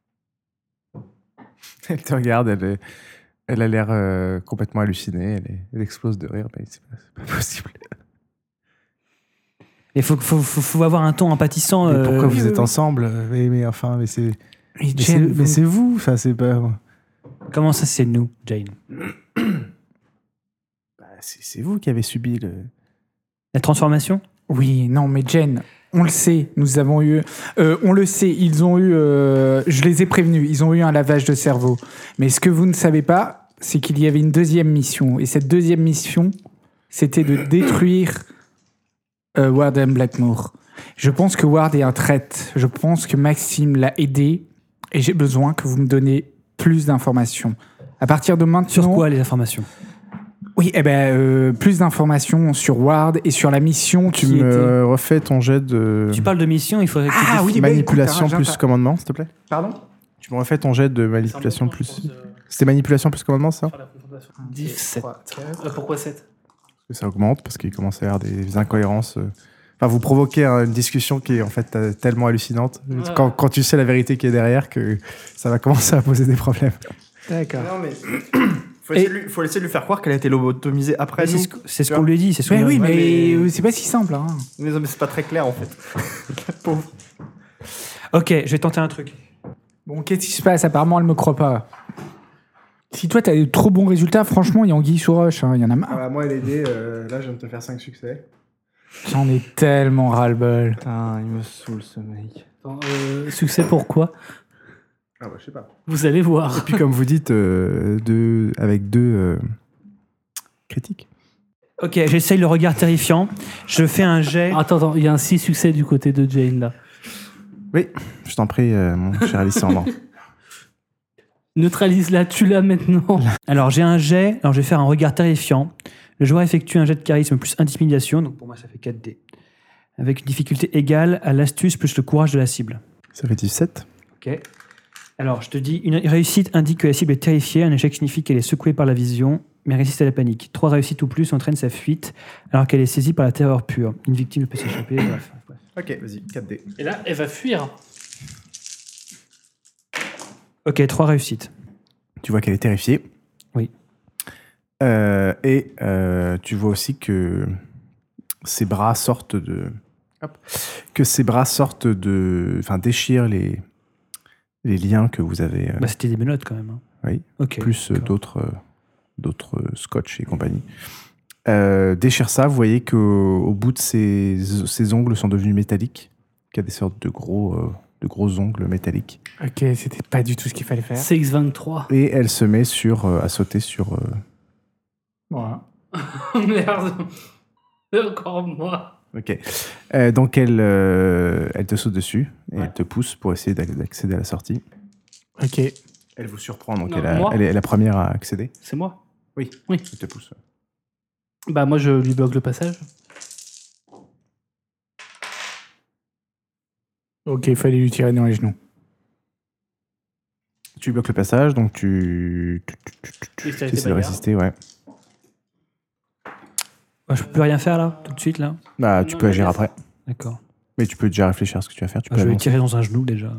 Elle te regarde, elle, est- elle a l'air euh, complètement hallucinée, elle, est- elle explose de rire, mais c'est pas, c'est pas possible. Il faut, faut, faut, faut avoir un ton empatissant. Mais euh, pourquoi vous oui, êtes oui, ensemble? mais, mais enfin, mais c'est. Mais Mais c'est, Jen, mais vous- c'est vous, enfin, c'est pas. oui. Comment ça, c'est nous, Jane? Bah, c'est, c'est vous qui avez subi le. La transformation? Oui, non, mais Jen, on le sait, nous avons eu... euh, on le sait, ils ont eu... euh, je les ai prévenus, ils ont eu un lavage de cerveau. Mais ce que vous ne savez pas, c'est qu'il y avait une deuxième mission. Et cette deuxième mission, c'était de détruire euh, Ward and Blackmoor. Je pense que Ward est un traître. Je pense que Maxime l'a aidé. Et j'ai besoin que vous me donnez plus d'informations. À partir de maintenant... Sur quoi les informations? Oui, eh ben, euh, plus d'informations sur Ward et sur la mission Tu qui me était... refais ton jet de. Tu parles de mission, il faudrait que tu Ah définisses- oui, bah, manipulation écoute, plus Raja- commandement, s'il te plaît. Pardon? Tu me refais ton jet de manipulation C'est important, plus. je pense, de C'était manipulation plus commandement, ça? faire la confrontation. Diff sept. Euh, pourquoi sept? Parce que ça augmente, parce qu'il commence à y avoir des incohérences. euh. Enfin, vous provoquez hein, une discussion qui est en fait euh, tellement hallucinante. Ouais. Quand, quand tu sais la vérité qui est derrière, que ça va commencer à poser des problèmes. D'accord. Non, mais. faut, essayer de lui, faut essayer de lui faire croire qu'elle a été lobotomisée après Mais nous. C'est ce, que- c'est ce Tu qu'on vois. lui dit. C'est ce Mais qu'on oui, lui dit. mais, Ouais, mais- euh, c'est pas si simple. Hein. Mais, non, mais c'est pas très clair en fait. La pauvre. Ok, je vais tenter un truc. Bon, qu'est-ce qui se passe? Apparemment, elle me croit pas. Si toi, t'as de trop bons résultats, franchement, il y a anguille sous roche. Il y en a marre. moi, L D, euh, là, je viens de te faire cinq succès. J'en ai tellement ras-le-bol. Putain, il me saoule ce mec. Attends, euh, succès pourquoi? Ah bah, je sais pas. Vous allez voir. Et puis, comme vous dites, euh, deux, avec deux euh, critiques. Ok, j'essaye le regard terrifiant. Je fais un jet. Attends, attends, il y a un six succès du côté de Jane là. Oui, je t'en prie, euh, mon cher Alessandre. Neutralise-la, tue-la maintenant. Alors j'ai un jet. Alors je vais faire un regard terrifiant. Le joueur effectue un jet de charisme plus intimidation. Donc pour moi, ça fait quatre dés. Avec une difficulté égale à l'astuce plus le courage de la cible. Ça fait dix-sept. Ok. Alors, je te dis, une réussite indique que la cible est terrifiée, un échec signifie qu'elle est secouée par la vision, mais résiste à la panique. Trois réussites ou plus entraînent sa fuite, alors qu'elle est saisie par la terreur pure. Une victime ne peut s'échapper, bref. bref. Ok, vas-y, quatre dés. Et là, elle va fuir. Ok, trois réussites. Tu vois qu'elle est terrifiée. Oui. Euh, et euh, tu vois aussi que ses bras sortent de... Hop. Que ses bras sortent de... Enfin, déchirent les, les liens que vous avez... euh, Bah, c'était des menottes quand même. hein. Oui. Ok. plus euh, d'accord. d'autres euh, d'autres euh, scotch et compagnie. Euh, déchire ça, vous voyez qu'au au bout de ses, ses ongles sont devenus métalliques, qu'il y a des sortes de gros, euh, de gros ongles métalliques. Ok, c'était pas du tout ce qu'il fallait faire. C X vingt-trois. Et elle se met sur, euh, à sauter sur... euh, Voilà. Merde. C'est encore moi. Ok. Euh, donc elle, euh, elle te saute dessus et Ouais. elle te pousse pour essayer d'ac- d'accéder à la sortie. Ok. Elle vous surprend, donc Non, elle, a- moi elle est la première à accéder. C'est moi. Oui. Oui. Elle te pousse. Bah, moi, je lui bloque le passage. Ok, il fallait lui tirer dans les genoux. Tu bloques le passage, donc tu, tu, tu, tu- tu- tu Dextérité essaies de bagarre. résister, ouais. Bah, je peux plus rien faire là, tout de suite là. Bah, tu Non, peux mais agir laisse. après. D'accord. Mais tu peux déjà réfléchir à ce que tu vas faire. Tu Bah, peux je vais lui avancer. tirer dans un genou déjà.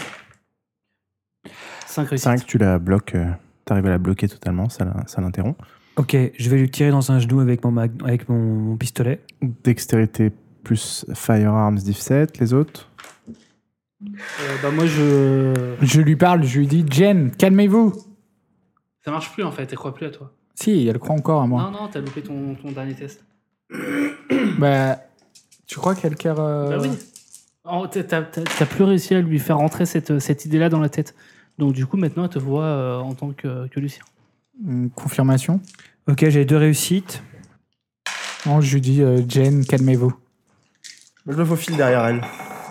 cinq réussites. cinq, tu la bloques. euh, T'arrives à la bloquer totalement, ça, la- ça l'interrompt. Ok, je vais lui tirer dans un genou avec mon, mag- avec mon, mon pistolet. Dextérité plus Firearms dix-sept, les autres. Euh, bah, moi, je. Je lui parle, je lui dis Jen, calmez-vous. Ça marche plus en fait, elle croit plus à toi. Si, elle croit encore à moi. Non, non, t'as loupé ton, ton dernier test. Bah, tu crois qu'elle care. euh, Bah oui. Oh, t'as, t'as- t'as- t'as plus réussi à lui faire rentrer cette, cette idée-là dans la tête. Donc du coup, maintenant, elle te voit euh, en tant que, que Lucien. une confirmation. Ok, j'ai deux réussites. Non, je lui dis euh, Jen, calmez-vous. Je me faufile derrière elle.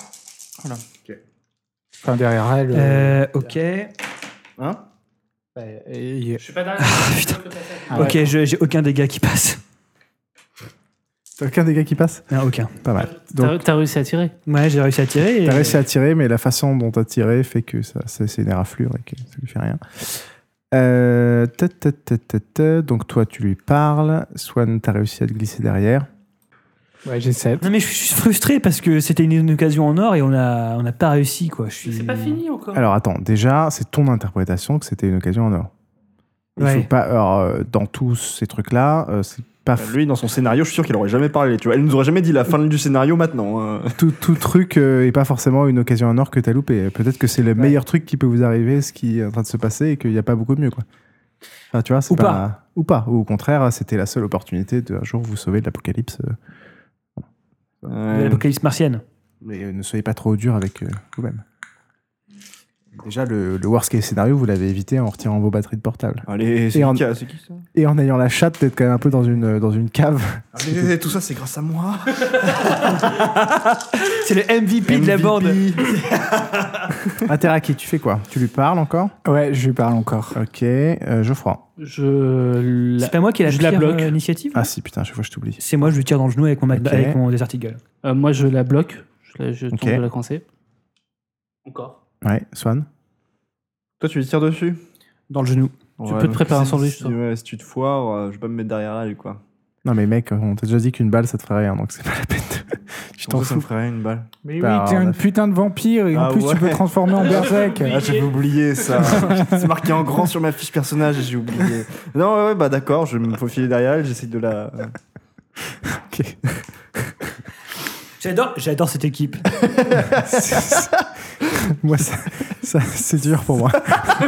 Enfin, derrière elle. euh, Euh, ok. Hein bah, et- Je suis pas derrière. putain. Ah Ok, je- j'ai aucun dégât qui passe. T'as aucun dégât qui passe? Non, aucun. Pas mal. T'as, Donc, t'as réussi à tirer. Ouais, j'ai réussi à tirer. et- t'as réussi à tirer, mais la façon dont t'as tiré fait que ça, ça- c'est une éraflure et que ça lui fait rien. Euh, ta, ta, ta, ta, ta. Donc, toi, tu lui parles. Swan, t'as réussi à te glisser derrière. Ouais, j'ai sept. Non mais je suis frustré parce que c'était une, une occasion en or et on a on n'a pas réussi quoi. Je suis... C'est pas fini encore. Alors, attends, déjà, c'est ton interprétation que c'était une occasion en or. Il Ouais. faut pas. Alors, euh, dans tous ces trucs-là, euh, c'est pas Bah, Lui, dans son scénario, je suis sûr qu'il aurait jamais parlé. Tu vois, elle nous aurait jamais dit la fin du scénario maintenant. hein. tout, tout truc euh, est pas forcément une occasion en or que t'as loupé. Peut-être que c'est le meilleur truc qui peut vous arriver, ce qui est en train de se passer, et qu'il n'y a pas beaucoup de mieux, quoi. Enfin, tu vois, c'est Ou pas, ou pas. Ou au contraire, c'était la seule opportunité de un jour vous sauver de l'apocalypse. euh. de Ouais. l'apocalypse martienne. Mais euh, ne soyez pas trop dur avec euh, vous-même. Déjà, le, le worst case scénario, vous l'avez évité en retirant vos batteries de portable. Allez, c'est Et en- qui, c'est qui ça Et en ayant la chatte d'être quand même un peu dans une, dans une cave. Allez, tout ça, c'est grâce à moi. C'est le M V P de la bande. Interaki, tu fais quoi? Tu lui parles encore? Ouais, je lui parle encore. Ok. Euh, Geoffroy. Je. la- C'est pas moi qui ai la Je la pire, bloque. euh, initiative. Ah si, putain, chaque fois je t'oublie. C'est moi, je lui tire dans le genou avec mon, mag- Ok. avec mon Desert Eagle. Euh, moi, je la bloque. Je, la, je tente Ok. de la coincer. Encore. Ouais, Swan. Toi, tu lui tires dessus Dans le genou. Tu peux te préparer un si- sandwich, Si, toi. ouais, si tu te foires, euh, je vais pas me mettre derrière elle, quoi. Non, mais mec, on t'a déjà dit qu'une balle, ça te ferait rien, donc c'est pas la peine de. Tu t'en Comment ça fous. me ferait une balle. Mais Bah, oui, t'es on a une fait- putain de vampire et en Ah plus ouais. tu peux te transformer en berserk. Ah, j'avais oublié ça. C'est marqué en grand sur ma fiche personnage et j'ai oublié. Non, ouais, ouais, bah d'accord, je vais me faufiler derrière elle, j'essaye de la. Ok. J'adore, j'adore cette équipe. Moi, ça, ça, c'est dur pour moi.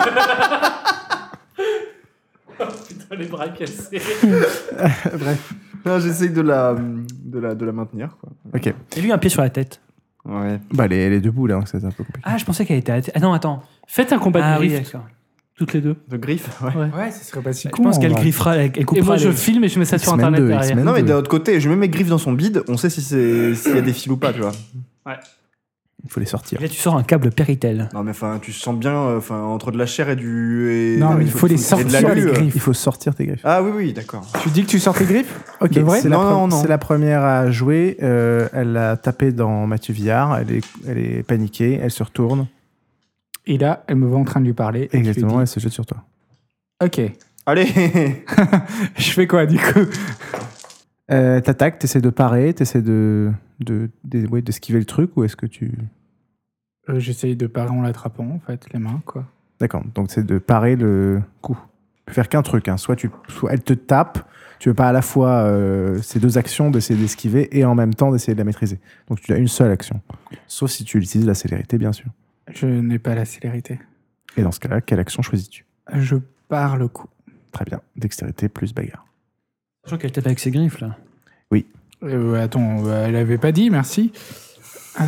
Putain, les bras cassés. Bref. Non, j'essaye de la, de la, de la maintenir. Quoi. Ok. Et lui, un pied sur la tête. Ouais. Bah, elle est, elle est debout là, donc c'est un peu compliqué. Ah, je pensais qu'elle était à la tête. Ah non, attends. Faites un combat Ah de oui, griffes, d'accord. toutes les deux. De griffes, ouais. Ouais. Ouais, ce serait pas si Je con. pense en qu'elle vrai. griffera, elle, elle Et coupera moi, je les- filme et je mets ça sur X-Men internet deux, derrière. X-Men. Non, mais de- d'un autre côté, je mets mes griffes dans son bide, on sait si c'est s'il y a des fils ou pas, tu vois. Il faut les sortir. Et là, tu sors un câble Péritel. Non, mais enfin, tu sens bien, euh, enfin, entre de la chair et du. Et... Non, mais il faut les et de la sortir, les lue, euh. griffes. Il faut sortir tes griffes. Ah oui, oui, d'accord. Tu dis que tu sors tes griffes Ok, De vrai c'est la, Non, pre- non, non. c'est la première à jouer. Euh, elle a tapé dans Mathieu Villard. Elle est, elle est paniquée. Elle se retourne. Et là, elle me voit en train de lui parler. et je lui Exactement, dis, elle se jette sur toi. Ok. Allez. Je fais quoi du coup Euh, T'attaques, t'essaies de parer, t'essaies de, de, de, ouais, d'esquiver le truc ou est-ce que tu. euh, J'essaye de parer en l'attrapant, en fait, les mains, quoi. D'accord, donc c'est de parer le coup. Tu peux faire qu'un truc. Hein. Soit, tu, soit elle te tape, tu veux pas à la fois euh, ces deux actions d'essayer d'esquiver et en même temps d'essayer de la maîtriser. Donc tu as une seule action. Sauf si tu utilises la célérité, bien sûr. Je n'ai pas la célérité. Et dans ce cas-là, quelle action choisis-tu? Je pars le coup. Très bien, dextérité plus bagarre. Sachant qu'elle tape avec ses griffes, là. Euh, ouais, attends, euh, elle avait pas dit, merci. Ah.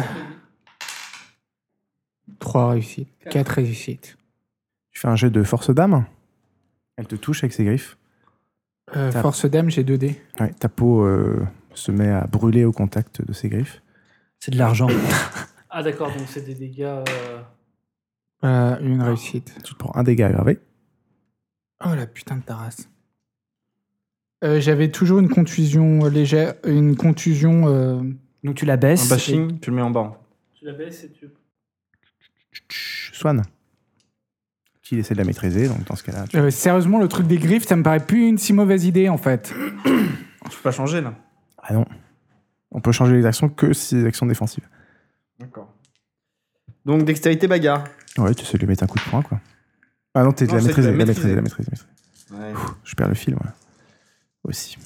Trois réussites. Quatre réussites. Tu fais un jet de force d'âme. Elle te touche avec ses griffes. Euh, Tape. force d'âme, j'ai deux dés. Ouais, ta peau euh, se met à brûler au contact de ses griffes. C'est de l'argent. Ah, d'accord, donc c'est des dégâts. euh, Voilà, une réussite. Tu te prends un dégât aggravé. Oh la putain de ta race. Euh, J'avais toujours une contusion légère, une contusion. euh, Donc tu la Un baisses. bashing, tu le mets en bas. Tu la baisses et tu. Swan. Qui essaie de la maîtriser, donc dans ce cas-là. Tu... euh, sérieusement, le truc des griffes, ça me paraît plus une si mauvaise idée en fait. Je peux pas changer là. Ah non. On peut changer les actions que si les actions défensives. D'accord. Donc dextérité bagarre. Ouais, tu essaies de lui mettre un coup de poing, quoi. Ah non, t'es de Non, la c'est de maîtriser, la la maîtriser. maîtriser, la maîtriser, la maîtriser. Ouais. Je perds le fil, ouais. Aussi.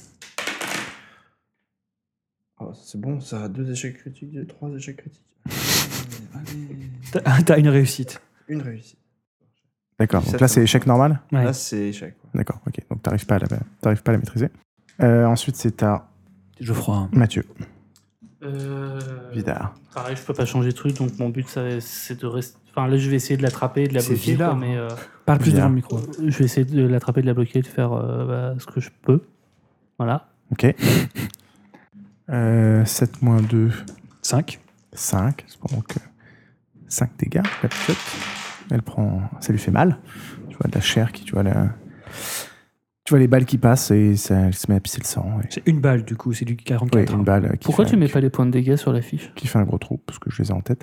Oh, c'est bon, ça a deux échecs critiques, trois échecs critiques. Allez. T'as t'as une réussite. Une réussite. D'accord, Ça, donc là ça c'est me- échec normal. Ouais. Là, c'est échec. quoi. D'accord, ok. Donc t'arrives pas, à la... t'arrives pas à la maîtriser. Euh, ensuite, c'est à Geoffroy. Mathieu Euh... Vidard. Pareil, je peux pas changer de truc, donc mon but, ça- c'est de rester. Enfin, là, je vais essayer de l'attraper, de la C'est bloquer, Villard, quoi, mais euh, Parle plus Bien. devant le micro. je vais essayer de l'attraper, de la bloquer, de faire euh, bah, ce que je peux. Voilà. Ok. Euh, sept moins deux, cinq. cinq. Donc euh, cinq dégâts, la petite. Elle prend... Ça lui fait mal. Tu vois de la chair qui... Tu vois, la... tu vois les balles qui passent et ça, elle se met à pisser le sang. Et... C'est une balle, du coup. C'est du Ouais, quarante-quatre. une balle qui Pourquoi fait, tu mets pas les points de dégâts sur la fiche? qui fait un gros trou, parce que je les ai en tête.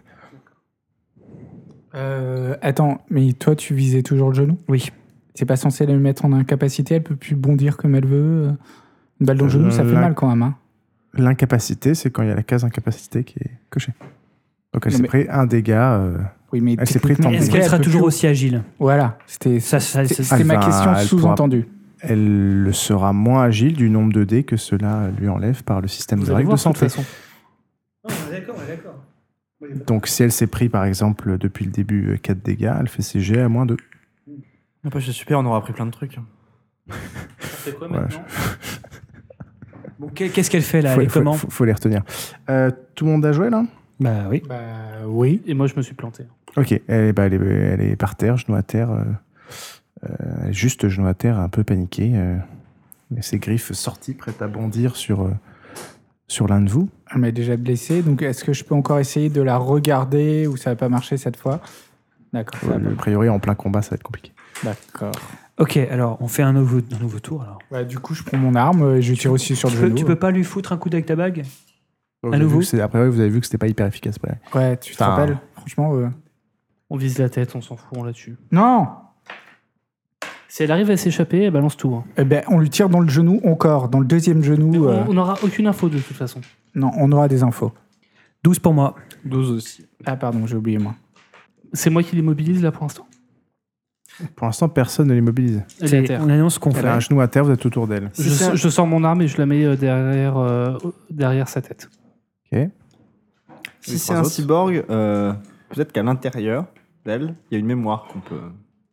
Euh, attends, mais toi tu visais toujours le genou? Oui. C'est pas censé la mettre en incapacité, elle peut plus bondir comme elle veut. Une balle dans le Euh, genou, ça fait là- mal quand même. Hein. L'incapacité, c'est quand il y a la case incapacité qui est cochée. Donc elle Non, s'est mais- pris un dégât. euh, Oui, mais Elle s'est pris techniquement, tant de Est-ce dégâts. qu'elle elle sera peut toujours plus- aussi agile? Voilà, c'était Ça, ça, c'était- ça- c'était ma Enfin, question elle sous-entendue. Elle le sera moins agile du nombre de dés que cela lui enlève par le système Vous de allez règles de voir, de toute santé. façon. D'accord, d'accord. Donc si elle s'est pris par exemple depuis le début quatre dégâts, elle fait ses jets à moins deux. N'empêche, c'est super, on aura appris plein de trucs. On fait quoi Ouais, maintenant? Bon, qu'est- qu'est-ce qu'elle fait là? faut, Elle est faut- comment? faut- faut les retenir. Euh, tout le monde a joué là? Bah oui. Bah oui. Et moi, je me suis planté. Ok, elle, est- bah, elle, est, elle est par terre, genou à terre, euh, euh, elle est juste genou à terre, un peu paniquée. Euh, et ses griffes sorties, prêtes à bondir sur, euh, sur l'un de vous. Elle m'a déjà blessé, donc est-ce que je peux encore essayer de la regarder ou ça va pas marcher cette fois? D'accord, ça va Euh, a priori, en plein combat, ça va être compliqué. pas. D'accord. Ok, alors on fait un nouveau, un nouveau tour alors. Ouais, du coup, je prends mon arme et je tire aussi sur le Tu peux, genou. tu peux pas lui foutre un coup avec ta bague? Vous À avez nouveau vu que c'est- Après, ouais, vous avez vu que c'était pas hyper efficace. Ouais. Ouais, tu te Enfin, rappelles? Franchement, euh, On vise la tête, on s'en fout, on la tue. non! Si elle arrive à s'échapper, elle balance tout. Hein. Eh ben, on lui tire dans le genou encore, dans le deuxième genou. Mais euh, on n'aura aucune info de toute façon. Non, on aura des infos. douze pour moi. douze aussi. Ah pardon, j'ai oublié moi. C'est moi qui l'immobilise là pour l'instant. Pour l'instant, personne ne l'immobilise. Elle est à C'est- terre. On annonce ce qu'on Elle fait. a un genou à terre, vous êtes autour d'elle. Je, je sors mon arme et je la mets euh, derrière, euh, derrière sa tête. Ok. Si Les c'est trois un autres. cyborg, euh, peut-être qu'à l'intérieur d'elle, il y a une mémoire qu'on peut.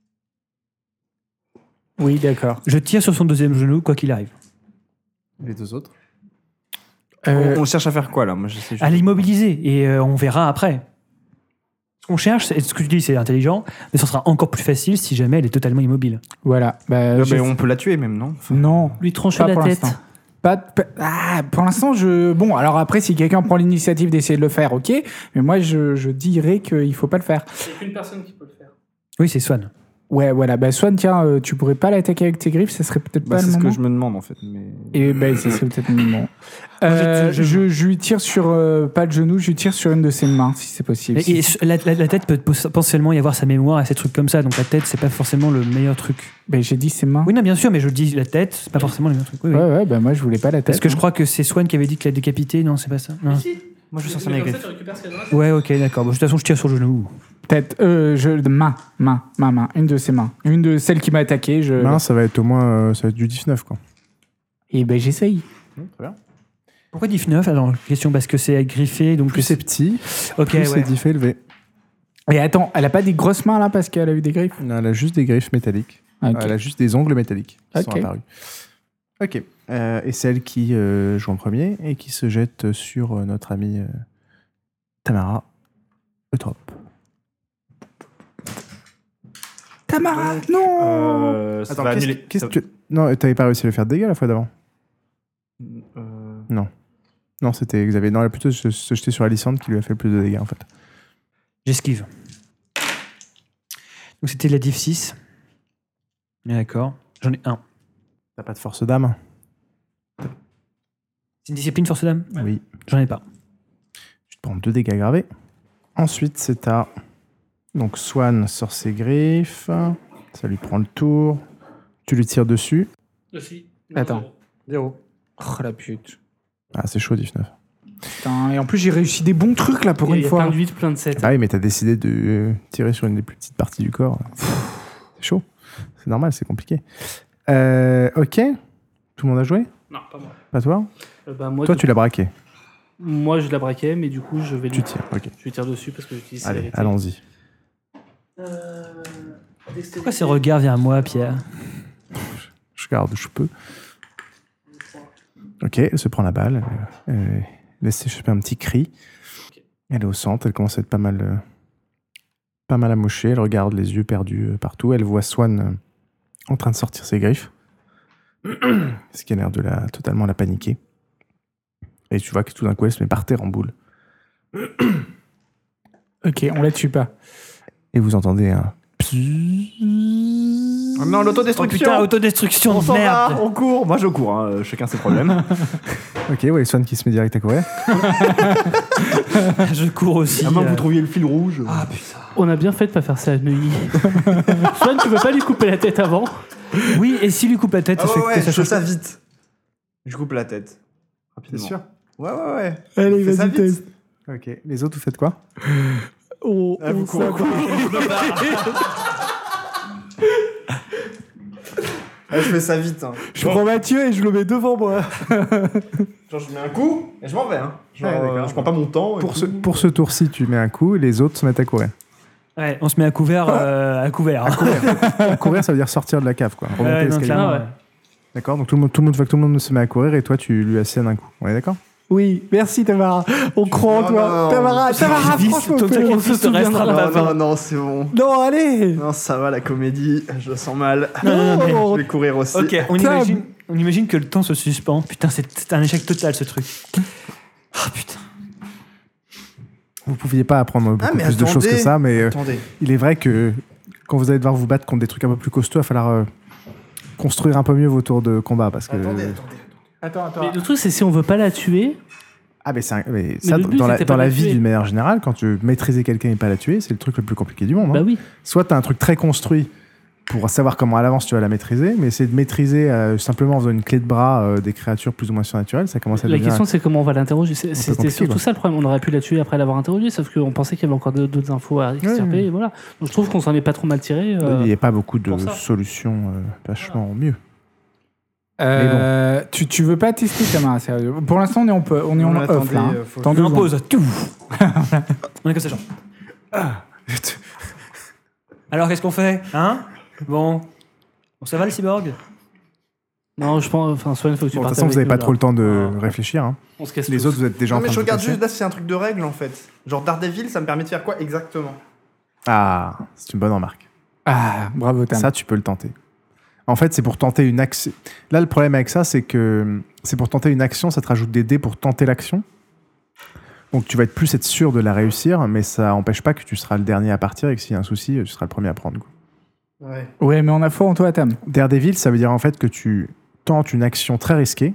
Oui, d'accord. Je tire sur son deuxième genou, quoi qu'il arrive. Les deux autres. Euh, On, on cherche à faire quoi là? Moi, je sais juste. À l'immobiliser et euh, on verra après. Ce qu'on cherche, c'est- ce que tu dis, c'est intelligent, mais ce sera encore plus facile si jamais elle est totalement immobile. Voilà. Bah, Ah, j'ai- bah, on peut la tuer même, non? Enfin, Non. Lui trancher Pas la pour tête. l'instant. Pas, pas- ah, pour l'instant, je. Bon, alors après, si quelqu'un prend l'initiative d'essayer de le faire, ok. Mais moi, je, je dirais qu'il faut pas le faire. Il n'y a qu'une personne qui peut le faire. Oui, c'est Swan. Ouais, voilà. Bah, Swan, tiens, euh, tu pourrais pas l'attaquer avec tes griffes, ça serait peut-être bah, pas c'est le ce moment. que je me demande en fait. Mais... Et ben, ça serait peut-être le moment. Euh, je- je, je- je lui tire sur. euh, pas le genou, je lui tire sur une de ses mains, si c'est possible. Et, et la, la- la tête peut potentiellement y avoir sa mémoire et ces trucs comme ça, donc la tête, c'est pas forcément le meilleur truc. Ben, j'ai dit ses mains. Oui, non, bien sûr, mais je dis la tête, c'est pas forcément le meilleur truc. Oui, oui. Ouais, ouais, ben moi, je voulais pas la tête. Parce que je hein. crois que c'est Swan qui avait dit que la décapité, non, c'est pas ça. Non. Moi, je veux sortir mes griffes. Ouais, ok, d'accord. Bon, de toute façon, je tire sur le genou. Tête, euh, je, de main, main, main, main. Une de ses mains. Une de celles qui m'a attaqué. Je... Non, ça va être au moins euh, ça va être du dix-neuf, quoi. Et ben, j'essaye. Très bien. Pourquoi dix-neuf? Alors, question, parce que c'est griffé, donc Plus c'est petit, Ok, plus ouais. c'est diff élevé. Et attends, elle a pas des grosses mains là parce qu'elle a eu des griffes? Non, elle a juste des griffes métalliques. Ok. Elle a juste des ongles métalliques qui sont Ok. apparus. Ok. Euh, et celle qui euh, joue en premier et qui se jette sur euh, notre amie euh, Tamara Eutrop. Tamara, non Euh, ça Attends, va qu'est-ce annuler. qu'est-ce ça- que tu... Non, t'avais pas réussi à lui faire de dégâts la fois d'avant. Euh, Non, c'était Xavier. Non, elle a plutôt se, se jeter sur Alicante qui lui a fait le plus de dégâts en fait. J'esquive. Donc c'était la diff six. D'accord. J'en ai un. T'as pas de force d'âme? C'est une discipline force d'âme? Oui. J'en ai pas. Tu te prends deux dégâts gravés. Ensuite, c'est à. Donc, Swan sort ses griffes. Ça lui prend le tour. Tu lui tires dessus. Aussi. Attends. Zéro. Oh la pute. Ah, c'est chaud, dix-neuf. Putain, et en plus, j'ai réussi des bons trucs là pour Il y une a fois. plein de huit, plein de sept. Ah oui, mais t'as décidé de euh, tirer sur une des plus petites parties du corps. C'est chaud. C'est normal, c'est compliqué. Euh, ok. Tout le monde a joué? Non, pas moi. Pas toi? Euh, bah, moi, Toi, de- tu l'as braqué. moi, je la braquais, mais du coup, je vais Tu lui... tires, ok. Je lui tire dessus parce que j'utilise Allez, célérité. allons-y. Euh... Pourquoi ces regards vers moi, Pierre? Je garde, je peux. Ok, elle se prend la balle. Elle, elle laisse s'échapper un petit cri. Elle est au centre, elle commence à être pas mal, euh, pas mal amochée. Elle regarde les yeux perdus euh, partout. Elle voit Swan euh, en train de sortir ses griffes. Ce qui a l'air de la, totalement la paniquer. Et tu vois que tout d'un coup, elle se met par terre en boule. Ok, on la tue pas. Et vous entendez un... Oh non, Oh l'autodestruction. putain, autodestruction, on s'en merde! va, on court. Moi, je cours. Hein. euh, Chacun ses problèmes. Ok, ouais, Swan qui se met direct à courir. Je cours aussi. À moins que euh. vous trouviez le fil rouge. Ah putain. On a bien fait de pas faire ça à Neuilly. Swan, tu veux pas lui couper la tête avant? Oui, et s'il lui coupe la tête, Ah ça ouais, fait ouais, que je ça fais change. ça vite. Je coupe la tête. Rapidement. Ouais, ouais, ouais. Allez, Fais ça vas-y, vite. teste. Ok, les autres, vous faites quoi? Oh, Ah, vous on courez, s'en quoi. va. Ah, je fais ça vite. Hein. Je prends Mathieu et je le mets devant moi. Genre, je mets un coup et je m'en vais. Hein. Genre, Ouais, d'accord. euh, je prends pas mon temps. et Pour tout. ce, pour ce tour-ci, tu mets un coup et les autres se mettent à courir. Ouais, on se met à couvert. euh, à couvert. À courir, ça veut dire sortir de la cave, quoi. Remonter Ouais, non, l'escalier. clairement, Ah ouais. ouais. D'accord, donc tout le monde, tout le monde, tout le monde se met à courir et toi, tu lui assènes un coup. On est d'accord? Oui, merci Tamara. On croit en Non, toi. non, non. Tamara, Tamara, Vis- franchement, ton fais- sacrifice on se te restera souviendra. pas. Non, non, non, c'est bon. Non, allez. Non, ça va, la comédie. Je sens mal. Non, non, non, mais- Oh, Je vais courir aussi. Ok, on Putain. imagine, on imagine que le temps se suspend. Putain, c'est c'est un échec total ce truc. Ah putain. Vous pouviez pas apprendre beaucoup Ah, mais plus de choses que attendez. ça, mais euh, Attendez. il est vrai que quand vous allez devoir vous battre contre des trucs un peu plus costauds, il va falloir euh, construire un peu mieux vos tours de combat. Parce que, Attendez, attendez. Attends, attends. Mais le truc, c'est si on veut pas la tuer, Ah, mais, c'est un- mais ça, le but, dans la, c'était dans pas la de la vie tuer. d'une manière générale, quand tu veux maîtriser quelqu'un et pas la tuer, c'est le truc le plus compliqué du monde. hein. bah oui. Soit tu as un truc très construit pour savoir comment à l'avance tu vas la maîtriser, mais essayer de maîtriser euh, simplement en faisant une clé de bras euh, des créatures plus ou moins surnaturelles, ça commence à La devenir... question, c'est comment on va l'interroger. C'est- peu C'était compliqué, surtout quoi. ça le problème. On aurait pu la tuer après l'avoir interrogée, sauf qu'on pensait qu'il y avait encore d'autres infos à extirper. Ouais. Et voilà. Donc je trouve qu'on s'en est pas trop mal tiré. euh, Il n'y a pas beaucoup de pour ça. solutions euh, vachement mieux. Euh, tu, tu veux pas tester Tamara, sérieux? Pour l'instant, on est en, peu- on est en Attendez, off là. hein. euh, faut- Dans On deux est en secondes. pause. Tout. On est comme ça, genre. Ah. Alors, qu'est-ce qu'on fait? Hein? Bon. Bon, ça va, le cyborg? Non, je pense. Enfin, Swan, il faut que tu Bon, de toute partes façon, vous avec n'avez nous, pas là. trop le temps de Ah. réfléchir. Hein. On se casse Les tous. autres, vous êtes déjà en Non, mais train je de regarde vous juste, là, c'est un truc de règle en fait. Genre Daredevil, ça me permet de faire quoi exactement? Ah, c'est une bonne remarque. Ah, bravo Tam. Ça, tu peux le tenter. En fait, c'est pour tenter une action. Là, le problème avec ça, c'est que c'est pour tenter une action, ça te rajoute des dés pour tenter l'action. Donc, tu vas être plus être sûr de la réussir, mais ça n'empêche pas que tu seras le dernier à partir et que s'il y a un souci, tu seras le premier à prendre. Quoi. Ouais. Ouais, mais on a foi en toi, Tam. Daredevil, ça veut dire en fait que tu tentes une action très risquée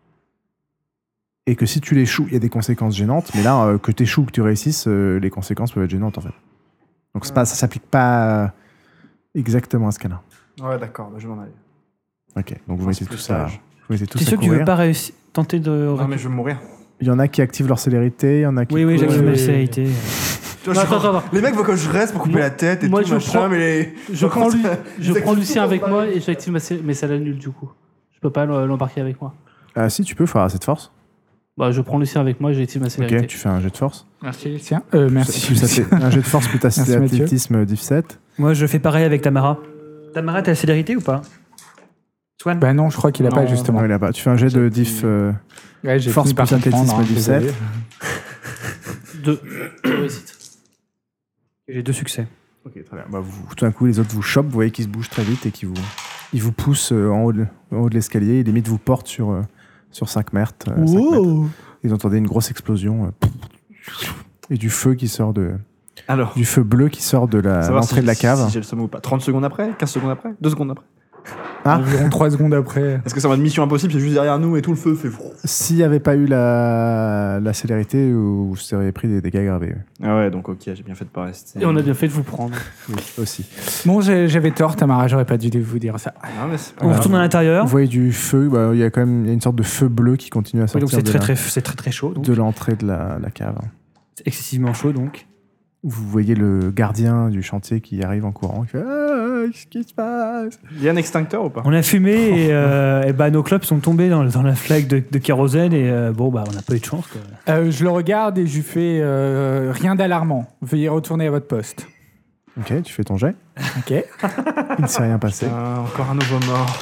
et que si tu l'échoues, il y a des conséquences gênantes. Mais là, euh, que tu échoues ou que tu réussisses, euh, les conséquences peuvent être gênantes en fait. Donc, c'est pas, ça s'applique pas euh, exactement à ce cas-là. Ouais, d'accord, bah, je vais m'en aller. Ok, donc vous Enfin, mettez c'est tout plus ça. sage. Vous mettez tout T'es ça sûr que tu veux courir. pas réussir, tenter de. Non, mais je vais mourir. Il y en a qui activent leur célérité, il y en a qui. Oui, oui, courent. j'active Oui, ma oui. célérité. Tu vois, Non, je suis attends, genre- attends. Les mecs veulent que je reste pour couper Moi- la tête et moi, tout, je machin, prends- mais les... Je prends, Lu- je Ils prends activent Lucien tout avec pour moi parler. et j'active ma sé- mais ça l'annule du coup. Je peux pas l'embarquer avec moi. Ah, si, tu peux, il faut avoir assez de force. Bah, je prends Lucien avec moi et j'active ma célérité. Ok, tu fais un jet de force. Merci, Lucien. Euh, merci. Plus athé- un jet de force plus ta Merci, Mathieu. athlétisme diff sept. Moi, je fais pareil avec Tamara. Tamara, t'as la célérité ou pas? Swan? Bah non, je crois qu'il a Non. pas, justement. Non, il a pas. Tu fais un jet de diff. euh, Ouais, j'ai Force fini par plus comprendre, athlétisme hein, du désolé. sept. Deux. Deux réussites. J'ai deux succès. Ok, très bien. Bah, vous, tout d'un coup, les autres vous chopent, vous voyez qu'ils se bougent très vite et qu'ils vous, ils vous poussent euh, en haut de, en haut de l'escalier et limite vous portent sur, euh, sur cinq mètres. euh, cinq mètres. Ils entendez une grosse explosion euh, et du feu qui sort de. Alors, Du feu bleu qui sort de la- savoir l'entrée si- de la cave. Si j'ai le somme ou pas. trente secondes après? quinze secondes après? deux secondes après? Ah. Environ trois secondes après. Est-ce que c'est en mode mission impossible, c'est juste derrière nous et tout le feu fait... S'il n'y avait pas eu la, la célérité, vous vous seriez pris des dégâts gravés. oui. Ah ouais, donc ok, j'ai bien fait de pas rester. Et on a bien fait de vous prendre. Oui, aussi. Bon, j'ai- j'avais tort, Tamara, j'aurais pas dû vous dire ça. Non, mais c'est pas On grave. retourne à l'intérieur. Vous voyez du feu, bah, il y a quand même il y a une sorte de feu bleu qui continue à Oui, sortir donc c'est de, très, la- très, c'est très très chaud. donc. de l'entrée de la, la cave. C'est excessivement chaud donc. Vous voyez le gardien du chantier qui arrive en courant, qui fait ah, qu'est-ce qui se passe? Il y a un extincteur ou pas? On a fumé et, euh, et bah, nos clopes sont tombées dans, dans la flaque de, de kérosène et euh, bon, bah, on n'a pas eu de chance. Quoi. Euh, je le regarde et je lui fais euh, rien d'alarmant. Veuillez retourner à votre poste. Ok, tu fais ton jet. Ok. Il ne s'est rien passé. Putain, encore un nouveau mort.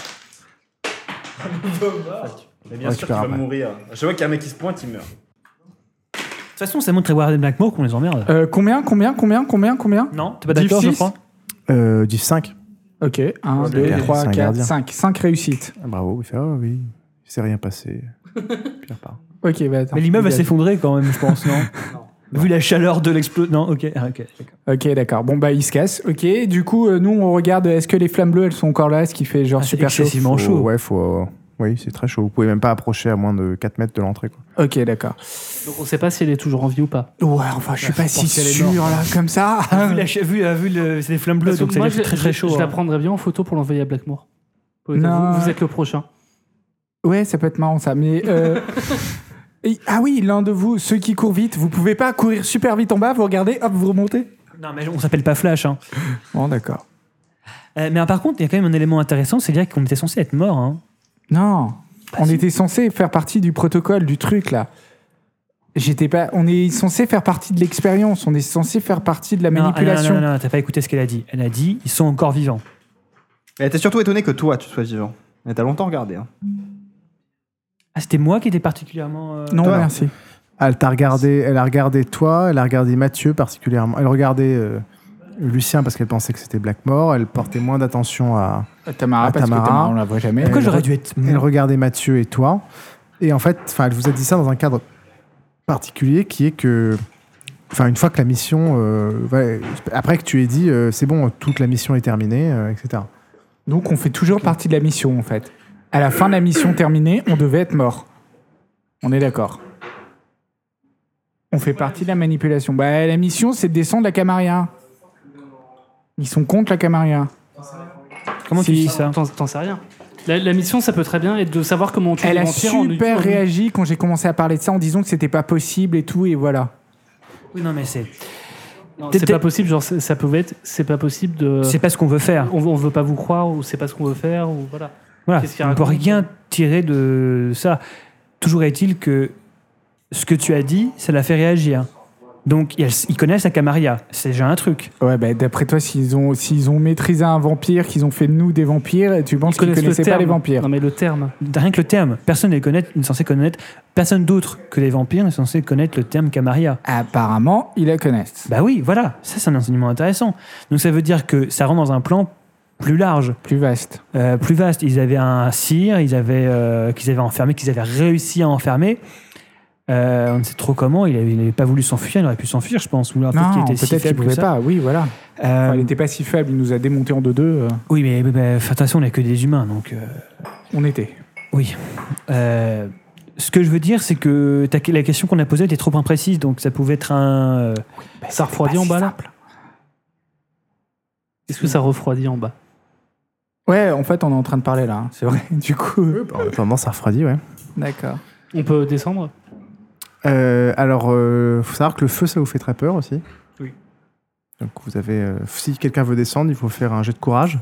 Mais bien Ouais, sûr tu qu'il va perds après. mourir. À chaque fois qu'il y a un mec qui se pointe, il meurt. De toute façon, ça montre à Warren Blackmore qu'on les emmerde. Euh, combien, combien, combien, combien, combien Non, t'es pas d'accord, Div je six crois? Euh, diff cinq. Ok. un, Ouais, deux, c'est un trois, quatre, gardien. cinq. cinq réussites. Ah, bravo, il fait ah oui, il s'est rien passé. Puis il repart. Ok, bah attends. Mais l'immeuble va Dégage. s'effondrer quand même, je pense, non? Vu la chaleur de l'explosion. Non, ok, ah, ok, d'accord. Ok, d'accord. Bon, bah, il se casse. Ok, du coup, euh, nous, on regarde, est-ce que les flammes bleues, elles sont encore là, ce qui fait genre Ah, c'est super chaud. excessivement Faut- chaud. Ouais, faut. Oui, c'est très chaud. Vous pouvez même pas approcher à moins de quatre mètres de l'entrée. Quoi. Ok, d'accord. Donc on sait pas si elle est toujours en vie ou pas. Ouais, enfin, je suis pas je si pense qu'elle est sûr, morte. là, comme ça. Vu, la, cha- vu, vu le, c'est des flammes bleues, Parce que donc ça moi, fait je, très très chaud. je, je la hein. prendrais bien en photo pour l'envoyer à Blackmore. Vous, Non. vous êtes le prochain. Ouais, ça peut être marrant, ça. Mais. euh, et- ah oui, l'un de vous, ceux qui courent vite, vous pouvez pas courir super vite en bas, vous regardez, hop, vous remontez. Non, mais on s'appelle pas Flash. Hein. Bon, d'accord. Euh, mais par contre, il y a quand même un élément intéressant, c'est dire qu'on était censé être mort. Hein. Non, on si. était censé faire partie du protocole, du truc, là. J'étais pas. On est censé faire partie de l'expérience, on est censé faire partie de la Non, manipulation. Non, non, non, non, t'as pas écouté ce qu'elle a dit. Elle a dit, ils sont encore vivants. Elle était surtout étonnée que toi, tu sois vivant. Elle t'a longtemps regardé. Hein. Ah, c'était moi qui étais particulièrement. euh, Non, Toi. merci. Ah, elle t'a regardé, elle a regardé toi, elle a regardé Mathieu particulièrement. Elle regardait euh, Lucien parce qu'elle pensait que c'était Blackmore. Elle portait moins d'attention à. Tamara, À parce Tamara. que Tamara, on la voit jamais. Pourquoi Elle j'aurais re- dû être Elle mort? regardait Mathieu et toi. Et en fait, enfin, elle vous a dit ça dans un cadre particulier qui est que, enfin, une fois que la mission, euh, ouais, après que tu aies dit, euh, c'est bon, toute la mission est terminée, euh, et cetera. Donc, on fait toujours partie de la mission, en fait. À la fin de la mission terminée, on devait être mort. On est d'accord. On fait partie de la manipulation. Bah, la mission, c'est de descendre la Camarilla. Ils sont contre la Camarilla. Comment tu Si. dis ça? T'en t'en sais rien. La, la mission, ça peut très bien être de savoir comment tuer Elle les a vampires en super utilisant- réagi quand j'ai commencé à parler de ça en disant que c'était pas possible et tout, et voilà. Oui, non, mais c'est. Non, T'es- c'est t'es- pas possible, genre c'est- ça pouvait être, c'est pas possible de. C'est pas ce qu'on veut faire. On, on veut pas vous croire ou c'est pas ce qu'on veut faire ou voilà. Voilà. Qu'est-ce qu'il On peut raconte rien tirer de ça. Toujours est-il que ce que tu as dit, ça l'a fait réagir. Donc, ils ils connaissent la Camarilla. C'est déjà un truc. Ouais, bah, d'après toi, s'ils ont, s'ils ont maîtrisé un vampire, qu'ils ont fait de nous des vampires, tu penses Ils qu'ils connaissent le connaissaient pas terme. les vampires? Non mais le terme. Rien que le terme. Personne n'est connaître- n'est censé connaître. Personne d'autre que les vampires n'est censé connaître le terme Camarilla. Apparemment, ils la connaissent. Bah oui, voilà. Ça, c'est un enseignement intéressant. Donc, ça veut dire que ça rentre dans un plan plus large, Plus vaste. euh, plus vaste. Ils avaient un sire, ils avaient, euh, qu'ils avaient enfermé, qu'ils avaient réussi à enfermer. Euh, on ne sait trop comment. Il n'avait pas voulu s'enfuir. Il aurait pu s'enfuir, je pense. Ou alors, peut-être Non, qu'il était si peut-être qu'il faible que pouvait ça. pas. Oui, voilà. Euh, Enfin, il était pas si faible, il nous a démonté en deux-deux. euh, Oui, mais, mais, mais, enfin, de toute façon, on n'est que des humains, donc euh, on était. oui. Euh, ce que je veux dire, c'est que ta- la question qu'on a posée était trop imprécise, donc ça pouvait être un. euh, Ça refroidit en bas là. Est-ce que ça refroidit en bas? Ouais, en fait, on est en train de parler là. hein, C'est vrai. Du coup. En attendant, ça refroidit, ouais. D'accord. On peut descendre? Euh, alors, il faut savoir que le feu, ça vous fait très peur aussi. Oui. Donc, vous avez, euh, si quelqu'un veut descendre, il faut faire un jet de courage.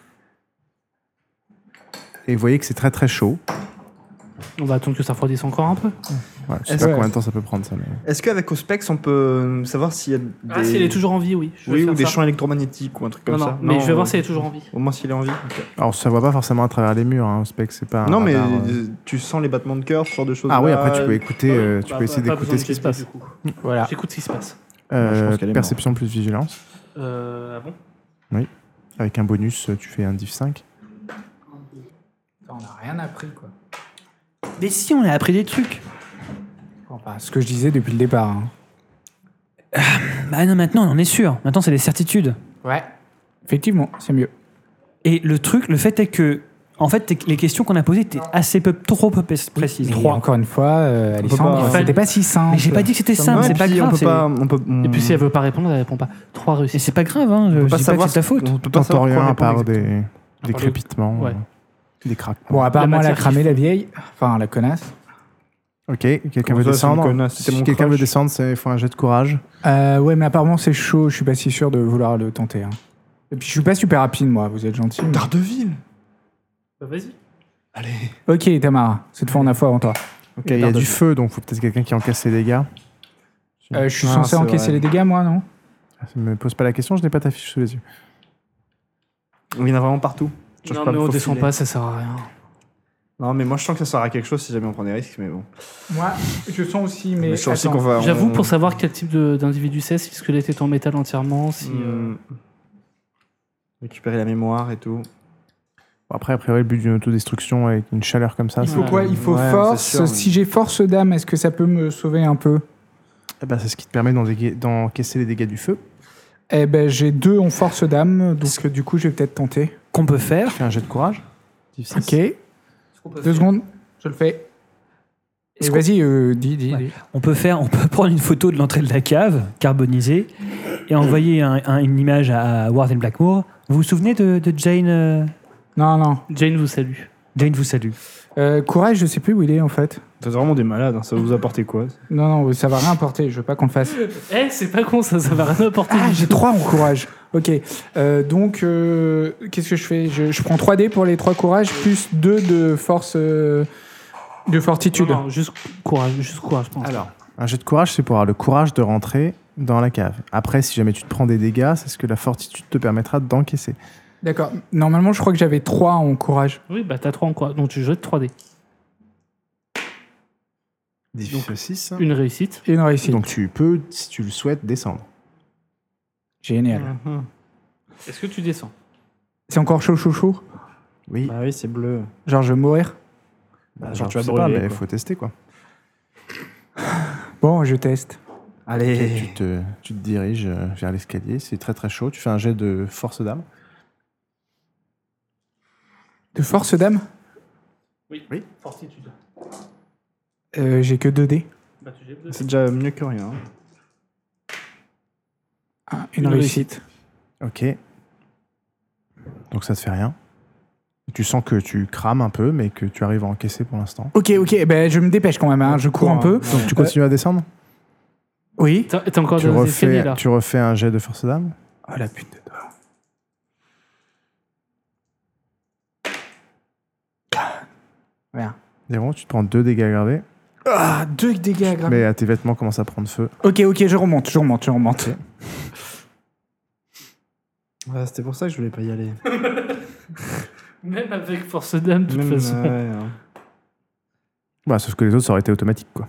Et vous voyez que c'est très très chaud. On va attendre que ça refroidisse encore un peu. Voilà, je sais Est-ce pas que- combien de temps ça peut prendre ça. Mais... Est-ce qu'avec Auspex, on peut savoir s'il y a des... Ah, si elle est toujours en vie, oui. Je vais Oui, ou faire des ça. champs électromagnétiques ou un truc comme Non, ça. non, mais je vais euh, voir si elle est toujours en vie. Au moins s'il est en vie. ok. Alors, ça voit pas forcément à travers les murs. Hein, spec, c'est pas. un Non, mais radar, euh. euh, tu sens les battements de cœur, ce genre de choses. Ah oui, après tu peux écouter, Ouais, euh, tu bah, peux essayer pas- pas d'écouter besoin ce qui de se passe. du coup. Voilà. J'écoute ce qui se passe. Euh, Moi, je pense qu'elle est perception plus vigilance. Euh, ah bon? Avec un bonus, tu fais un diff cinq. On n'a rien appris, quoi. Mais si, on a appris des trucs. Enfin, ce que je disais depuis le départ. hein. Bah non, maintenant, on en est sûr. Maintenant, c'est des certitudes. Ouais. Effectivement, c'est mieux. Et le truc, le fait est que, en fait, les questions qu'on a posées étaient assez peu, trop peu précises. Et encore une fois, euh, Alexandre, pas- c'était pas si simple. Mais j'ai pas dit que c'était simple, Ouais, c'est pas puis grave. On peut c'est- pas, on peut, on- Et puis si elle veut pas répondre, elle répond pas. Trois Et réussites. c'est pas grave, hein. Je, on peut je pas dis pas que savoir c'est ta ce- faute. On peut pas T'entends savoir rien quoi à part répondre des, des part de- crépitements, Ouais. euh, des craquements. Bon, apparemment, La elle a matière cramé qui- la vieille. Enfin, la connasse. Ok, quelqu'un Comment veut ça, c'est mon descendre. connasse, Si c'était mon quelqu'un veut crush. descendre, il faut un jet de courage. Euh, ouais, mais apparemment, c'est chaud. Je suis pas si sûr de vouloir le tenter. hein. Et puis, je suis pas super rapide, moi. Vous êtes gentil. mais- Daredevil. Bah, vas-y. Allez. Ok, Tamara. Cette fois, on a foi en toi. Ok, il y a du feu, donc il faut peut-être quelqu'un qui encaisse les dégâts. Euh, je suis Ah, censé c'est encaisser vrai. les dégâts, moi, non? Ne me pose pas la question, je n'ai pas ta fiche sous les yeux. Il y en a vraiment partout. Je Non, peux mais me on descend faufiler. pas, ça sert à rien. Non, mais moi je sens que ça sert à quelque chose si jamais on prend des risques, mais bon. Moi, je sens aussi, mais. Mais je sens aussi attends. qu'on va. J'avoue, on- pour savoir quel type de- d'individu c'est, si le squelette est en métal entièrement, si. euh, Hmm. Récupérer la mémoire et tout. Bon, après, a priori, le but d'une autodestruction avec une chaleur comme ça, Il c'est faut quoi? Il faut Ouais, force. c'est sûr, Si j'ai force d'âme, est-ce que ça peut me sauver un peu? eh ben, c'est ce qui te permet d'endégui- d'encaisser les dégâts du feu. Eh ben, j'ai deux en force d'âme, donc euh, du coup, je vais peut-être tenter. Qu'on peut faire. Fais un jet de courage. Diff six. Ok. Deux secondes, je le fais. Est-ce Et qu'on- vas-y, euh, dis, dis, Ouais. dis. On peut faire, on peut prendre une photo de l'entrée de la cave, carbonisée, et envoyer un- un- une image à Ward and Blackmore. Vous vous souvenez de, de Jane euh, Non, non. Jane vous salue. Jane vous salue. Euh, courage, je sais plus où il est en fait. T'es vraiment des malades, hein, ça va vous apporter quoi? Non, non, ça va rien apporter. Je veux pas qu'on le fasse. Eh, c'est pas con ça, ça va rien apporter. Ah, du j'ai tout. trois en courage. Ok. Euh, donc, euh, qu'est-ce que je fais je, je prends trois dés pour les trois courages, plus deux de force. euh, de fortitude. Non, non, juste courage, juste courage, je pense. Alors, un jet de courage, c'est pour avoir le courage de rentrer dans la cave. Après, si jamais tu te prends des dégâts, c'est ce que la fortitude te permettra d'encaisser. D'accord. Normalement, je crois que j'avais trois en courage. Oui, bah t'as trois en quoi? Donc tu jettes trois dés. Diff six. Une réussite. Et une réussite. Donc tu peux, si tu le souhaites, descendre. Génial. Mhm. Est-ce que tu descends? C'est encore chaud, chaud, chaud. Oui. Bah oui, c'est bleu. Genre, je vais mourir. Bah, genre, genre, tu vas je sais pas, brûler, mais il quoi. faut tester, quoi. Bon, je teste. Allez. Tu te, tu te diriges euh, vers l'escalier, c'est très très chaud. Tu fais un jet de force d'âme. De force d'âme Oui. Oui. Fortitude. euh, J'ai que deux dés. Bah tu jettes deux. C'est déjà mieux que rien. Ah, une, Une réussite. Ok. Donc ça te fait rien. Tu sens que tu crames un peu, mais que tu arrives à encaisser pour l'instant. Ok, ok, ben, je me dépêche quand même, hein, je cours un peu. Donc tu continues à descendre. Oui. T'as t'as encore Tu des escaliers refais, là. tu refais un jet de force d'âme. Oh la pute de toi. Rien. Zéro, tu te prends deux dégâts aggravés. Ah, deux dégâts aggravés. Mais euh, tes vêtements commencent à prendre feu. Ok, ok, je remonte, je remonte, je remonte. Ouais, c'était pour ça que je voulais pas y aller. Même avec force d'âme, de toute Même, façon. ouais, hein. Bah, sauf que les autres, ça aurait été automatique, quoi.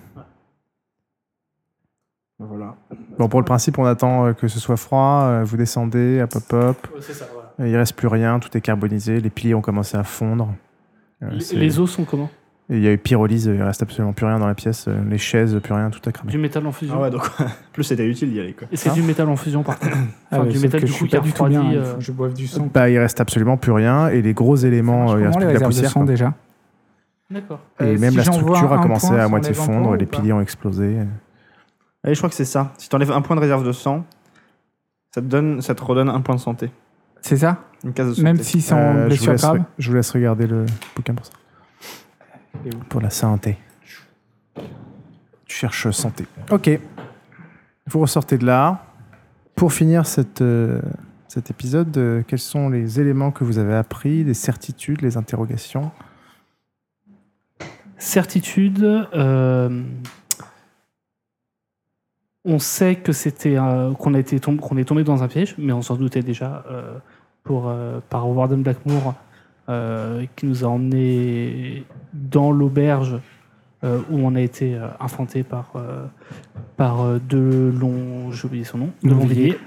Voilà. Bon, pour le principe, on attend euh, que ce soit froid. euh, vous descendez, hop, hop, hop. Ouais, c'est ça, voilà. Euh, Il reste plus rien, tout est carbonisé. Les piliers ont commencé à fondre. Euh, Les, c'est- les os sont comment? Et il y a eu pyrolyse, il reste absolument plus rien dans la pièce. euh, Les chaises, plus rien, tout a cramé. Du métal en fusion. Ah ouais, donc plus c'était utile d'y aller quoi. Et c'est Hein du métal en fusion par contre. Ah Enfin, ouais, du sauf métal que du je coup suis qui a pas du tout refroidi. bien, il euh, faut que je boive du sang. Bah, il reste absolument plus rien. Et les gros éléments, euh, il reste Comment plus les que la réserves de poussière. sang quoi. déjà D'accord. Et Euh, même si la j'envoie structure a un commencé point, à ça moitié enlève un fondre, point les ou pas piliers ont explosé. Allez, je crois que c'est ça. Si t'enlèves un point de réserve de sang, ça te, donne, ça te redonne un point de santé. C'est ça? Une case de santé. Même si c'est en Euh, je, vous blessure laisse, grave? je vous laisse regarder le bouquin pour ça. Pour la santé. Tu cherches santé. Ok. Vous ressortez de là. Pour finir cette, euh, cet épisode, euh, quels sont les éléments que vous avez appris, les certitudes, les interrogations? Certitude. euh, On sait que c'était euh, qu'on a été tom- qu'on est tombé dans un piège, mais on s'en doutait déjà euh, pour euh, par Warden Blackmore euh, qui nous a emmenés dans l'auberge euh, où on a été euh, infanté par euh, par euh, de longs, j'ai oublié son nom, de Longvilliers.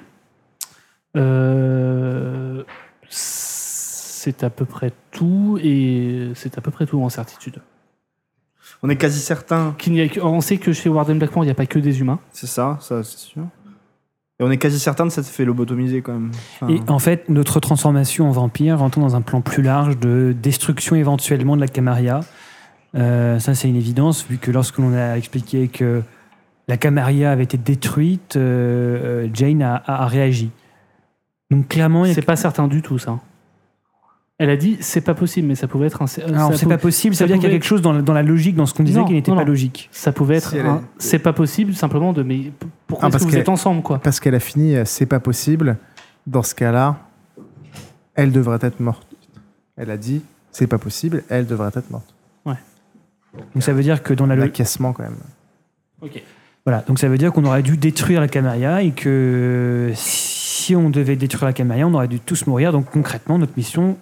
Euh, c'est à peu près tout et c'est à peu près tout en certitude. On est quasi certain, Qu'il n'y a que- on sait que chez Warden Blackmore il n'y a pas que des humains. c'est ça, ça c'est sûr. Et on est quasi certain de s'être fait lobotomiser quand même. Enfin, Et en fait, notre transformation en vampire rentre dans un plan plus large de destruction éventuellement de la Camarilla. Euh, ça, c'est une évidence, vu que lorsque l'on a expliqué que la Camarilla avait été détruite, euh, euh, Jane a, a- a réagi. Donc clairement, il y a C'est pas certain du tout ça. Elle a dit c'est pas possible, mais ça pouvait être un. Alors, ça c'est pou- pas possible, ça ça veut dire qu'il y a pouvait- quelque chose dans la, dans la logique, dans ce qu'on disait Non, qui n'était non, pas non. logique. Ça pouvait être. Si elle un- a- C'est pas possible simplement de. Mais p- pourquoi Ah, est-ce parce que vous qu'elle- êtes ensemble quoi? Parce qu'elle a fini, euh, c'est pas possible. Dans ce cas-là, elle devrait être morte. Elle a dit, c'est pas possible, elle devrait être morte. Donc ça veut dire que dans la logique. L'acquiescement quand même. Ok. Voilà, donc ça veut dire qu'on aurait dû détruire la Camarilla et que si on devait détruire la Camarilla, on aurait dû tous mourir. Donc concrètement, notre mission,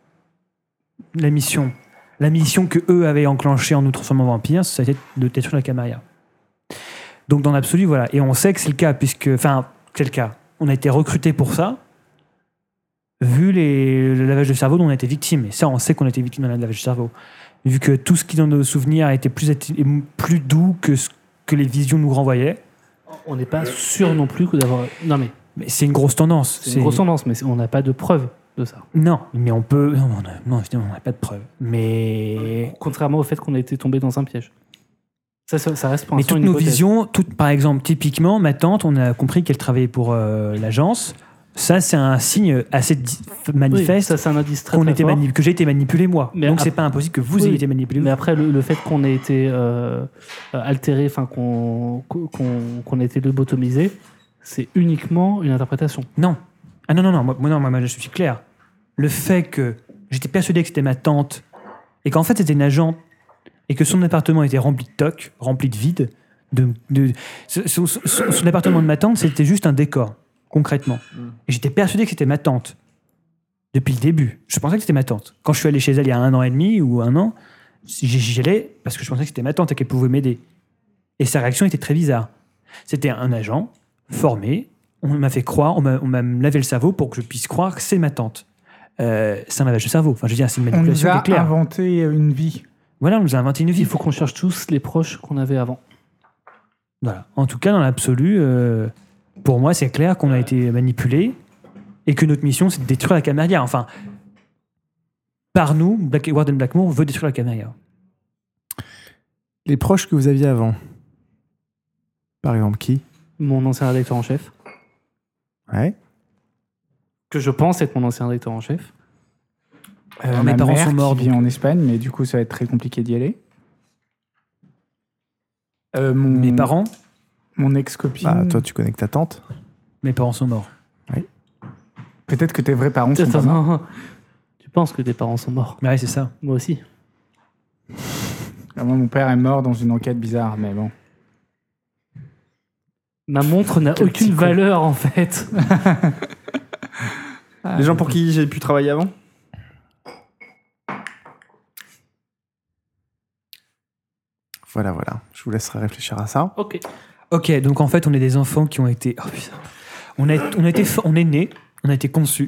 la mission, la mission que eux avaient enclenchée en nous transformant en vampires, ça a été de détruire la Camarilla. Donc dans l'absolu, voilà. Et on sait que c'est le cas, puisque, enfin, c'est le cas. On a été recrutés pour ça, vu les, le lavage de cerveau dont on a été victime. Et ça, on sait qu'on a été victime d'un lavage de cerveau. Vu que tout ce qui dans nos souvenirs a été plus, atti- plus doux que ce que les visions nous renvoyaient. On n'est pas sûr non plus que d'avoir. Non mais Mais c'est une grosse tendance. c'est une grosse tendance, mais c'est- on n'a pas de preuve de ça. Non, mais on peut. Non, on a- non, évidemment, on n'a pas de preuves. Mais. Contrairement au fait qu'on a été tombé dans un piège. Ça, ça, ça reste pour Mais l'instant toutes une nos hypothèse. visions, toutes, par exemple, typiquement, ma tante, on a compris qu'elle travaillait pour euh, l'agence. Ça, c'est un signe assez di- Oui, manifeste ça c'est un indice très, qu'on très était fort. manip- que j'ai été manipulé moi. Mais Donc ap- c'est pas impossible que vous Oui, ayez été manipulé. Mais vous. après, le, le fait qu'on ait été euh, euh, altéré, enfin qu'on qu'on qu'on ait été lobotomisé, c'est uniquement une interprétation. Non. Ah non, non, non, moi, moi, non, moi, moi, je suis clair. Le fait que j'étais persuadé que c'était ma tante et qu'en fait c'était une agente et que son appartement était rempli de tocs, rempli de vide, de, de, ce- ce- ce- ce- son appartement de ma tante c'était juste un décor, concrètement. Et j'étais persuadé que c'était ma tante. Depuis le début. Je pensais que c'était ma tante. Quand je suis allé chez elle il y a un an et demi ou un an, j'y j'y allais parce que je pensais que c'était ma tante et qu'elle pouvait m'aider. Et sa réaction était très bizarre. C'était un agent formé. On m'a fait croire, on m'a on m'a lavé le cerveau pour que je puisse croire que c'est ma tante. Euh, c'est un lavage de cerveau. Enfin, je veux dire, c'est une On nous manipulation qui a est claire. inventé une vie. Voilà, on nous a inventé une vie. Il faut qu'on cherche tous les proches qu'on avait avant. Voilà. En tout cas, dans l'absolu, euh, pour moi, c'est clair qu'on a été manipulé et que notre mission, c'est de détruire la Camarilla. Enfin, par nous, Black, Warden Blackmore veut détruire la Camarilla. Les proches que vous aviez avant. Par exemple, qui? Mon ancien rédacteur en chef, Ouais. que je pense être mon ancien rédacteur en chef. Euh, Alors, ma mes parents mère sont morts, qui vit donc- en Espagne, mais du coup, ça va être très compliqué d'y aller. Euh, mon, Mes parents, Mon ex-copine. Bah, toi, tu connais que ta tante. mes parents sont morts. Peut-être que tes vrais parents sont Attends, pas morts. non. Tu penses que tes parents sont morts? Ouais, c'est ça. Moi aussi. Ah, moi, mon père est mort dans une enquête bizarre, mais bon. Ma montre n'a Quel aucune petit con. valeur en fait. Ah, Les gens pour qui j'ai pu travailler avant. Voilà, voilà. Je vous laisserai réfléchir à ça. Ok. Ok, donc en fait, on est des enfants qui ont été. Oh putain. On, a, on, a été, fo- on est nés, on a été conçus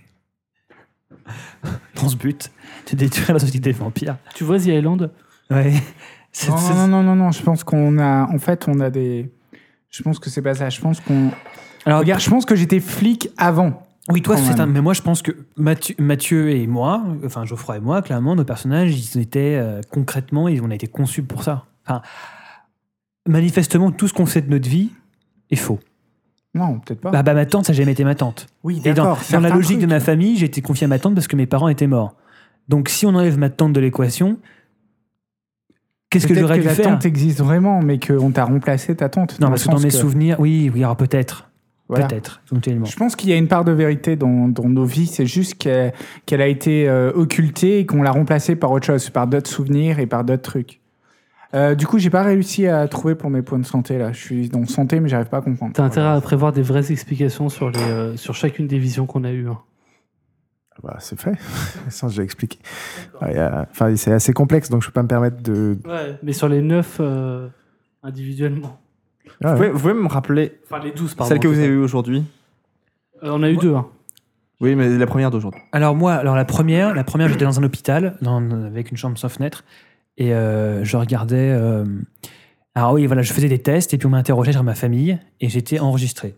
dans ce but de détruire la société des vampires. Tu vois The Island? Ouais. C'est- Non, c'est- non, non, non, non, je pense qu'on a. En fait, on a des. Je pense que c'est pas ça. Je pense qu'on. Alors, Regarde, je pense que j'étais flic avant. oui, toi, quand c'est un. même. Mais moi, je pense que Mathieu, Mathieu et moi, enfin Geoffroy et moi, clairement, nos personnages, ils étaient euh, concrètement, ils, on a été conçus pour ça. Enfin, manifestement, tout ce qu'on sait de notre vie est faux. Non, peut-être pas. Bah, bah, ma tante, ça n'a jamais été ma tante. oui, Et dans, d'accord. dans la certains logique de trucs. ma famille, j'ai été confié à ma tante parce que mes parents étaient morts. Donc, si on enlève ma tante de l'équation, qu'est-ce que Peut-être j'aurais dû la faire tante existe vraiment, mais qu'on t'a remplacé ta tante. Non, le parce que dans sens mes que- souvenirs, oui, oui, alors peut-être. Voilà. Peut-être, éventuellement. Je pense qu'il y a une part de vérité dans, dans nos vies. C'est juste qu'elle qu'elle a été euh, occultée et qu'on l'a remplacée par autre chose, par d'autres souvenirs et par d'autres trucs. Euh, du coup, j'ai pas réussi à trouver pour mes points de santé là. Je suis dans santé, mais j'arrive pas à comprendre. T'as intérêt à prévoir des vraies explications sur, les, euh, sur chacune des visions qu'on a eues. hein. Bah, c'est fait. Sans j'ai expliqué. Ouais, euh, Enfin, c'est assez complexe, donc je peux pas me permettre de. Ouais. Mais sur les neuf euh, individuellement. Ah, Vous, ouais. pouvez, vous pouvez me rappeler Enfin, les douze, pardon. celle que vous avez eue aujourd'hui? Euh, on a eu deux. Hein. Oui, mais la première d'aujourd'hui. Alors moi, alors la première, la première, j'étais dans un hôpital, dans, avec une chambre sans fenêtre, et euh, je regardais. euh, alors oui, voilà, je faisais des tests, et puis on m'a interrogé sur ma famille, et j'étais enregistré.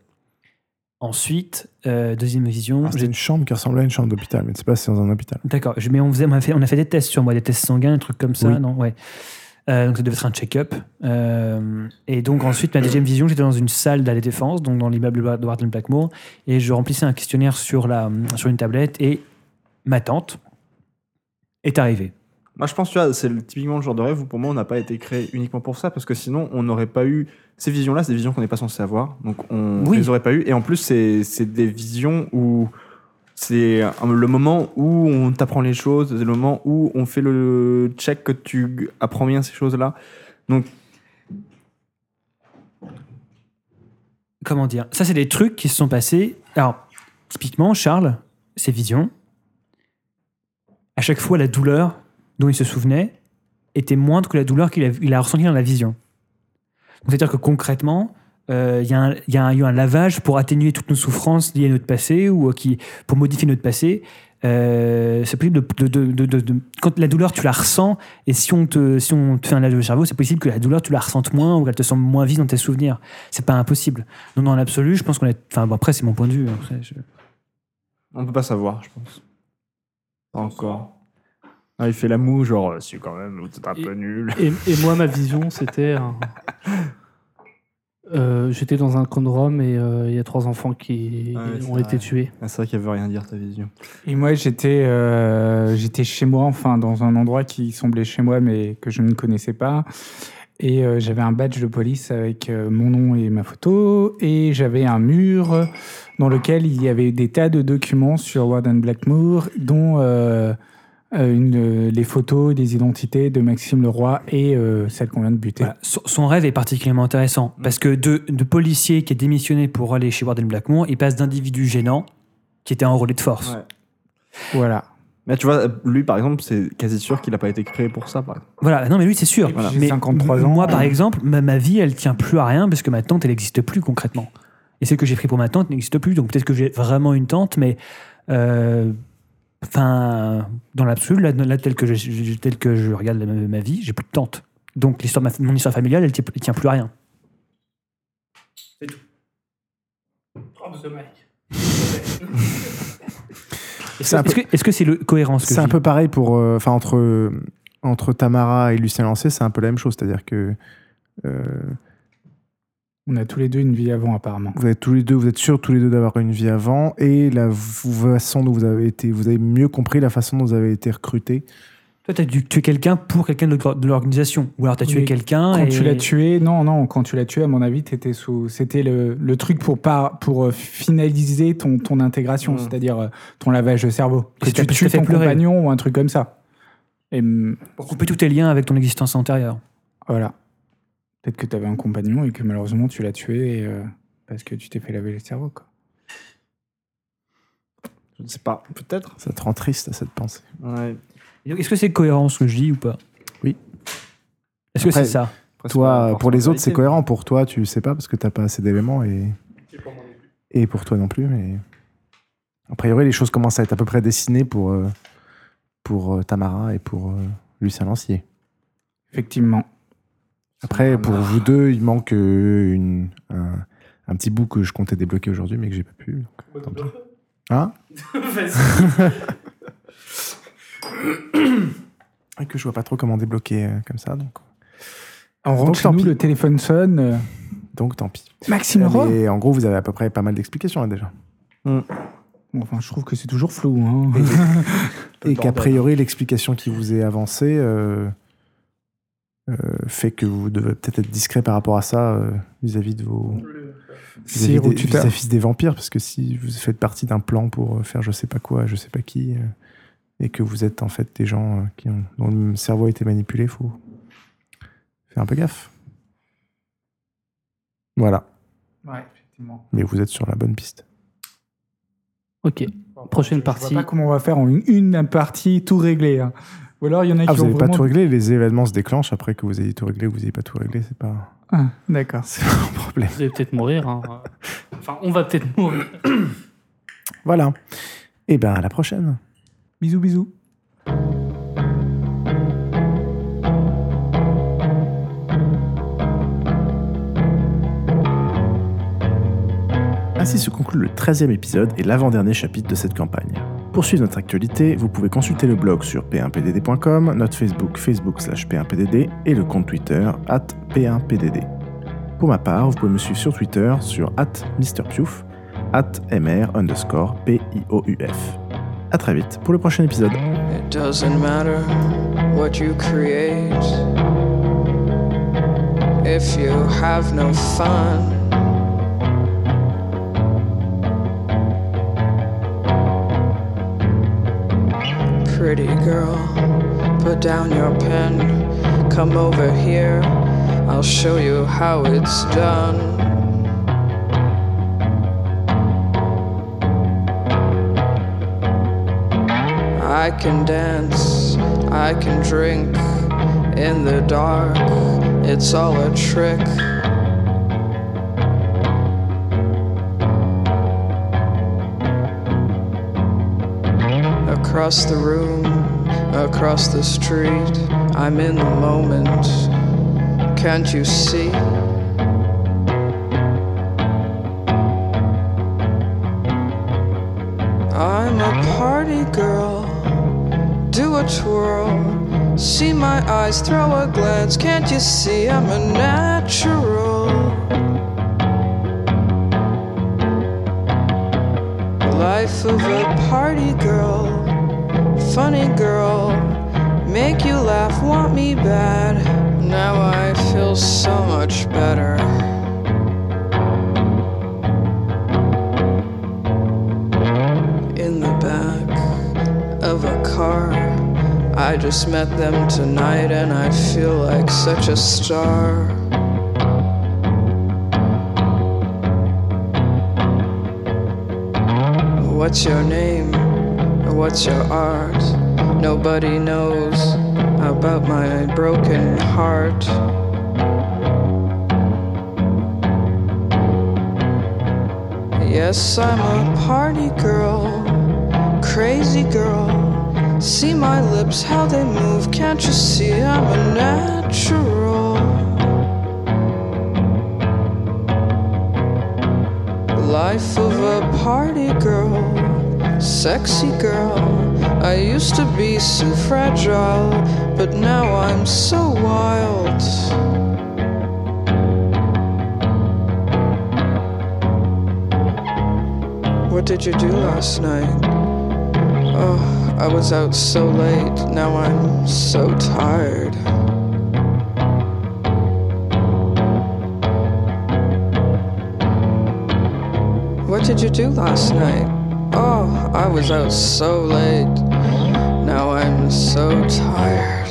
Ensuite, euh, deuxième vision, Ah, C'était j'ai- une chambre qui ressemblait à une chambre d'hôpital, mais c'est pas si c'est dans un hôpital. d'accord. je- Mais on faisait, on a fait, on a fait des tests sur moi, des tests sanguins, des trucs comme ça, Oui. non, ouais. Euh, donc ça devait être un check-up. Euh, et donc ensuite, ma deuxième vision, j'étais dans une salle de la défense, donc dans l'immeuble de Warden Blackmore, et je remplissais un questionnaire sur la, sur une tablette, et ma tante est arrivée. Moi, je pense, tu vois, c'est le- typiquement le genre de rêve où pour moi, on n'a pas été créé uniquement pour ça, parce que sinon, on n'aurait pas eu ces visions-là. C'est des visions qu'on n'est pas censé avoir, donc on Oui. les aurait pas eues. Et en plus, c'est c'est des visions où c'est un- le moment où on t'apprend les choses, c'est le moment où on fait le check que tu apprends bien ces choses-là. Donc, Comment dire? Ça, c'est des trucs qui se sont passés. Alors, typiquement, Charles, ses visions, à chaque fois, la douleur dont il se souvenait était moindre que la douleur qu'il a, il a ressentie dans la vision. Donc, c'est-à-dire que concrètement, euh, il y, a un- il y a eu un lavage pour atténuer toutes nos souffrances liées à notre passé ou euh, qui, pour modifier notre passé. Euh, c'est possible de, de, de, de- de- quand la douleur tu la ressens et si on te si on te fait un lavage de cerveau, c'est possible que la douleur tu la ressentes moins ou qu'elle te semble moins vive dans tes souvenirs. C'est pas impossible. Donc dans l'absolu, je pense qu'on est. Enfin bon, après c'est mon point de vue. Après, je- on peut pas savoir, je pense. Pas encore. Ah, il fait la moue, genre, euh, c'est quand même c'est un peu nul. Et, et moi, ma vision, c'était. un- Euh, J'étais dans un camp de Rome et euh, il y a trois enfants qui Ah ouais, c'est ont été vrai. tués. Ah, c'est vrai qu'elle veut rien dire, ta vision. Et moi, j'étais euh, j'étais chez moi, enfin, dans un endroit qui semblait chez moi, mais que je ne connaissais pas. Et euh, j'avais un badge de police avec euh, mon nom et ma photo. Et j'avais un mur dans lequel il y avait des tas de documents sur Warden Blackmore, dont euh, euh, une, euh, les photos, les identités de Maxime Leroy et euh, celle qu'on vient de buter. Voilà. Son, son rêve est particulièrement intéressant parce que de, de policier qui est démissionné pour aller chez Warden Blackmore, il passe d'individu gênant qui était enrôlé de force. Ouais. Voilà. Mais tu vois, lui, par exemple, c'est quasi sûr qu'il n'a pas été créé pour ça. Par exemple. Voilà, non mais lui c'est sûr. Voilà. J'ai Mais cinquante-trois ans. Moi par exemple, ma, ma vie elle tient plus à rien parce que ma tante elle n'existe plus concrètement. Et celle que j'ai pris pour ma tante n'existe plus, donc peut-être que j'ai vraiment une tante, mais euh, enfin dans l'absolu, là, là tel que je, tel que je regarde ma, ma vie, j'ai plus de tante. Donc l'histoire, ma- mon histoire familiale elle tient, elle tient plus à rien. Est-ce C'est un que- est-ce que est-ce que c'est le cohérent ce que C'est je un dis peu pareil pour. euh, Enfin, entre, euh, entre Tamara et Lucien Lancé, c'est un peu la même chose. C'est-à-dire que. euh, On a tous les deux une vie avant, apparemment. Vous êtes tous les deux, vous êtes sûrs tous les deux d'avoir une vie avant, et la façon dont vous avez été, vous avez mieux compris la façon dont vous avez été recruté. Toi, t'as dû tuer quelqu'un pour quelqu'un de de l'organisation. Ou alors t'as tué Oui. quelqu'un Quand et... tu l'as tué, non, non, quand tu l'as tué, à mon avis, t'étais sous. C'était le, le truc pour, pas, pour euh, finaliser ton, ton intégration, Mmh. c'est-à-dire euh, ton lavage de cerveau. Que Et ça tu t'a- tues ça fait ton pleurer. compagnon ou un truc comme ça. Et hum, Pour couper tous tes liens avec ton existence antérieure. voilà. Peut-être que t'avais un compagnon et que malheureusement tu l'as tué et, euh, parce que tu t'es fait laver le cerveau, quoi. Je ne sais pas, peut-être. Ça te rend triste, cette pensée. Ouais. Et donc, est-ce que c'est cohérent ce que je dis ou pas? Oui. Est-ce que Après, c'est ça? Après, c'est pas Toi, forcément pour les autres, c'est vérité. cohérent. Pour toi, tu sais pas parce que t'as pas assez d'éléments et... et pour toi non plus. Mais a priori, les choses commencent à être à peu près dessinées pour, euh, pour euh, Tamara et pour euh, Lucien Lancier. Effectivement. Après, pour vous deux, il manque euh, une, un, un petit bout que je comptais débloquer aujourd'hui, mais que j'ai pas pu. Donc, tant pis. Hein? Et que je vois pas trop comment débloquer euh, comme ça, donc, On Donc, rentre chez tant nous, pis. le téléphone sonne. euh, donc tant pis. Maxime Roy. Et en gros, vous avez à peu près pas mal d'explications là, déjà. Enfin, je trouve que c'est toujours flou. Hein. Et qu'a priori, l'explication qui vous est avancée euh, euh, fait que vous devez peut-être être discret par rapport à ça euh, vis-à-vis de vos... vis-à-vis Sire ou des, tuteur. vis-à-vis des vampires, parce que si vous faites partie d'un plan pour faire je sais pas quoi, je sais pas qui, euh, et que vous êtes en fait des gens euh, qui ont, dont le cerveau a été manipulé, faut faire un peu gaffe. Voilà. Ouais, effectivement. Mais vous êtes sur la bonne piste. Ok. Prochaine Je partie. vois pas comment on va faire en une, une partie tout réglé. Hein. Ou alors il y en a Ah, qui vous vont n'avez pas vraiment... tout réglé, les événements se déclenchent après que vous ayez tout réglé, vous n'ayez pas tout réglé, c'est pas, Ah, d'accord. c'est pas un problème. Vous allez peut-être mourir. hein. Enfin, on va peut-être mourir. Voilà. Et ben à la prochaine. Bisous, bisous. Ainsi se conclut le treizième épisode et l'avant-dernier chapitre de cette campagne. Pour suivre notre actualité, vous pouvez consulter le blog sur p un p d d point com, notre Facebook facebook slash p un p d d et le compte Twitter at p un p d d. Pour ma part, vous pouvez me suivre sur Twitter sur at mrpiouf, at mr underscore p i o u f. À très vite pour le prochain épisode. It doesn't matter what you create if you have no fun. Pretty girl, put down your pen. Come over here, I'll show you how it's done. I can dance, I can drink in the dark, it's all a trick. Across the room, across the street, I'm in the moment, can't you see? I'm a party girl, do a twirl, see my eyes, throw a glance, can't you see I'm a natural? Life of a party girl, funny girl, make you laugh, want me bad, now I feel so much better. In the back of a car, I just met them tonight and I feel like such a star. What's your name? What's your art? Nobody knows about my broken heart. Yes, I'm a party girl, crazy girl. See my lips, how they move, can't you see I'm a natural? Life of a party girl, sexy girl. I used to be so fragile, but now I'm so wild. What did you do last night? Oh, I was out so late, now I'm so tired. What did you do last night? Oh, I was out so late, now I'm so tired.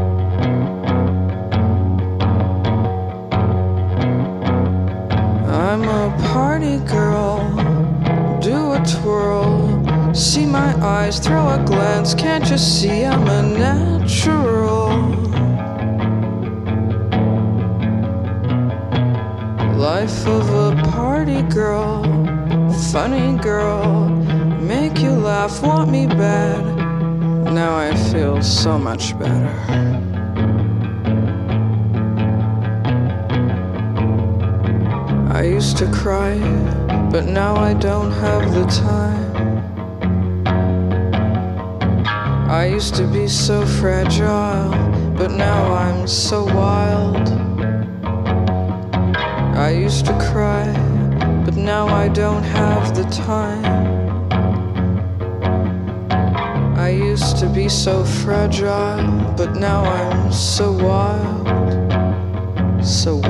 I'm a party girl, do a twirl, see my eyes, throw a glance, can't you see I'm a natural? Life of a party girl, funny girl, make you laugh, want me bad, now I feel so much better. I used to cry, but now I don't have the time. I used to be so fragile, but now I'm so wild. I used to cry, but now I don't have the time. I used to be so fragile, but now I'm so wild, so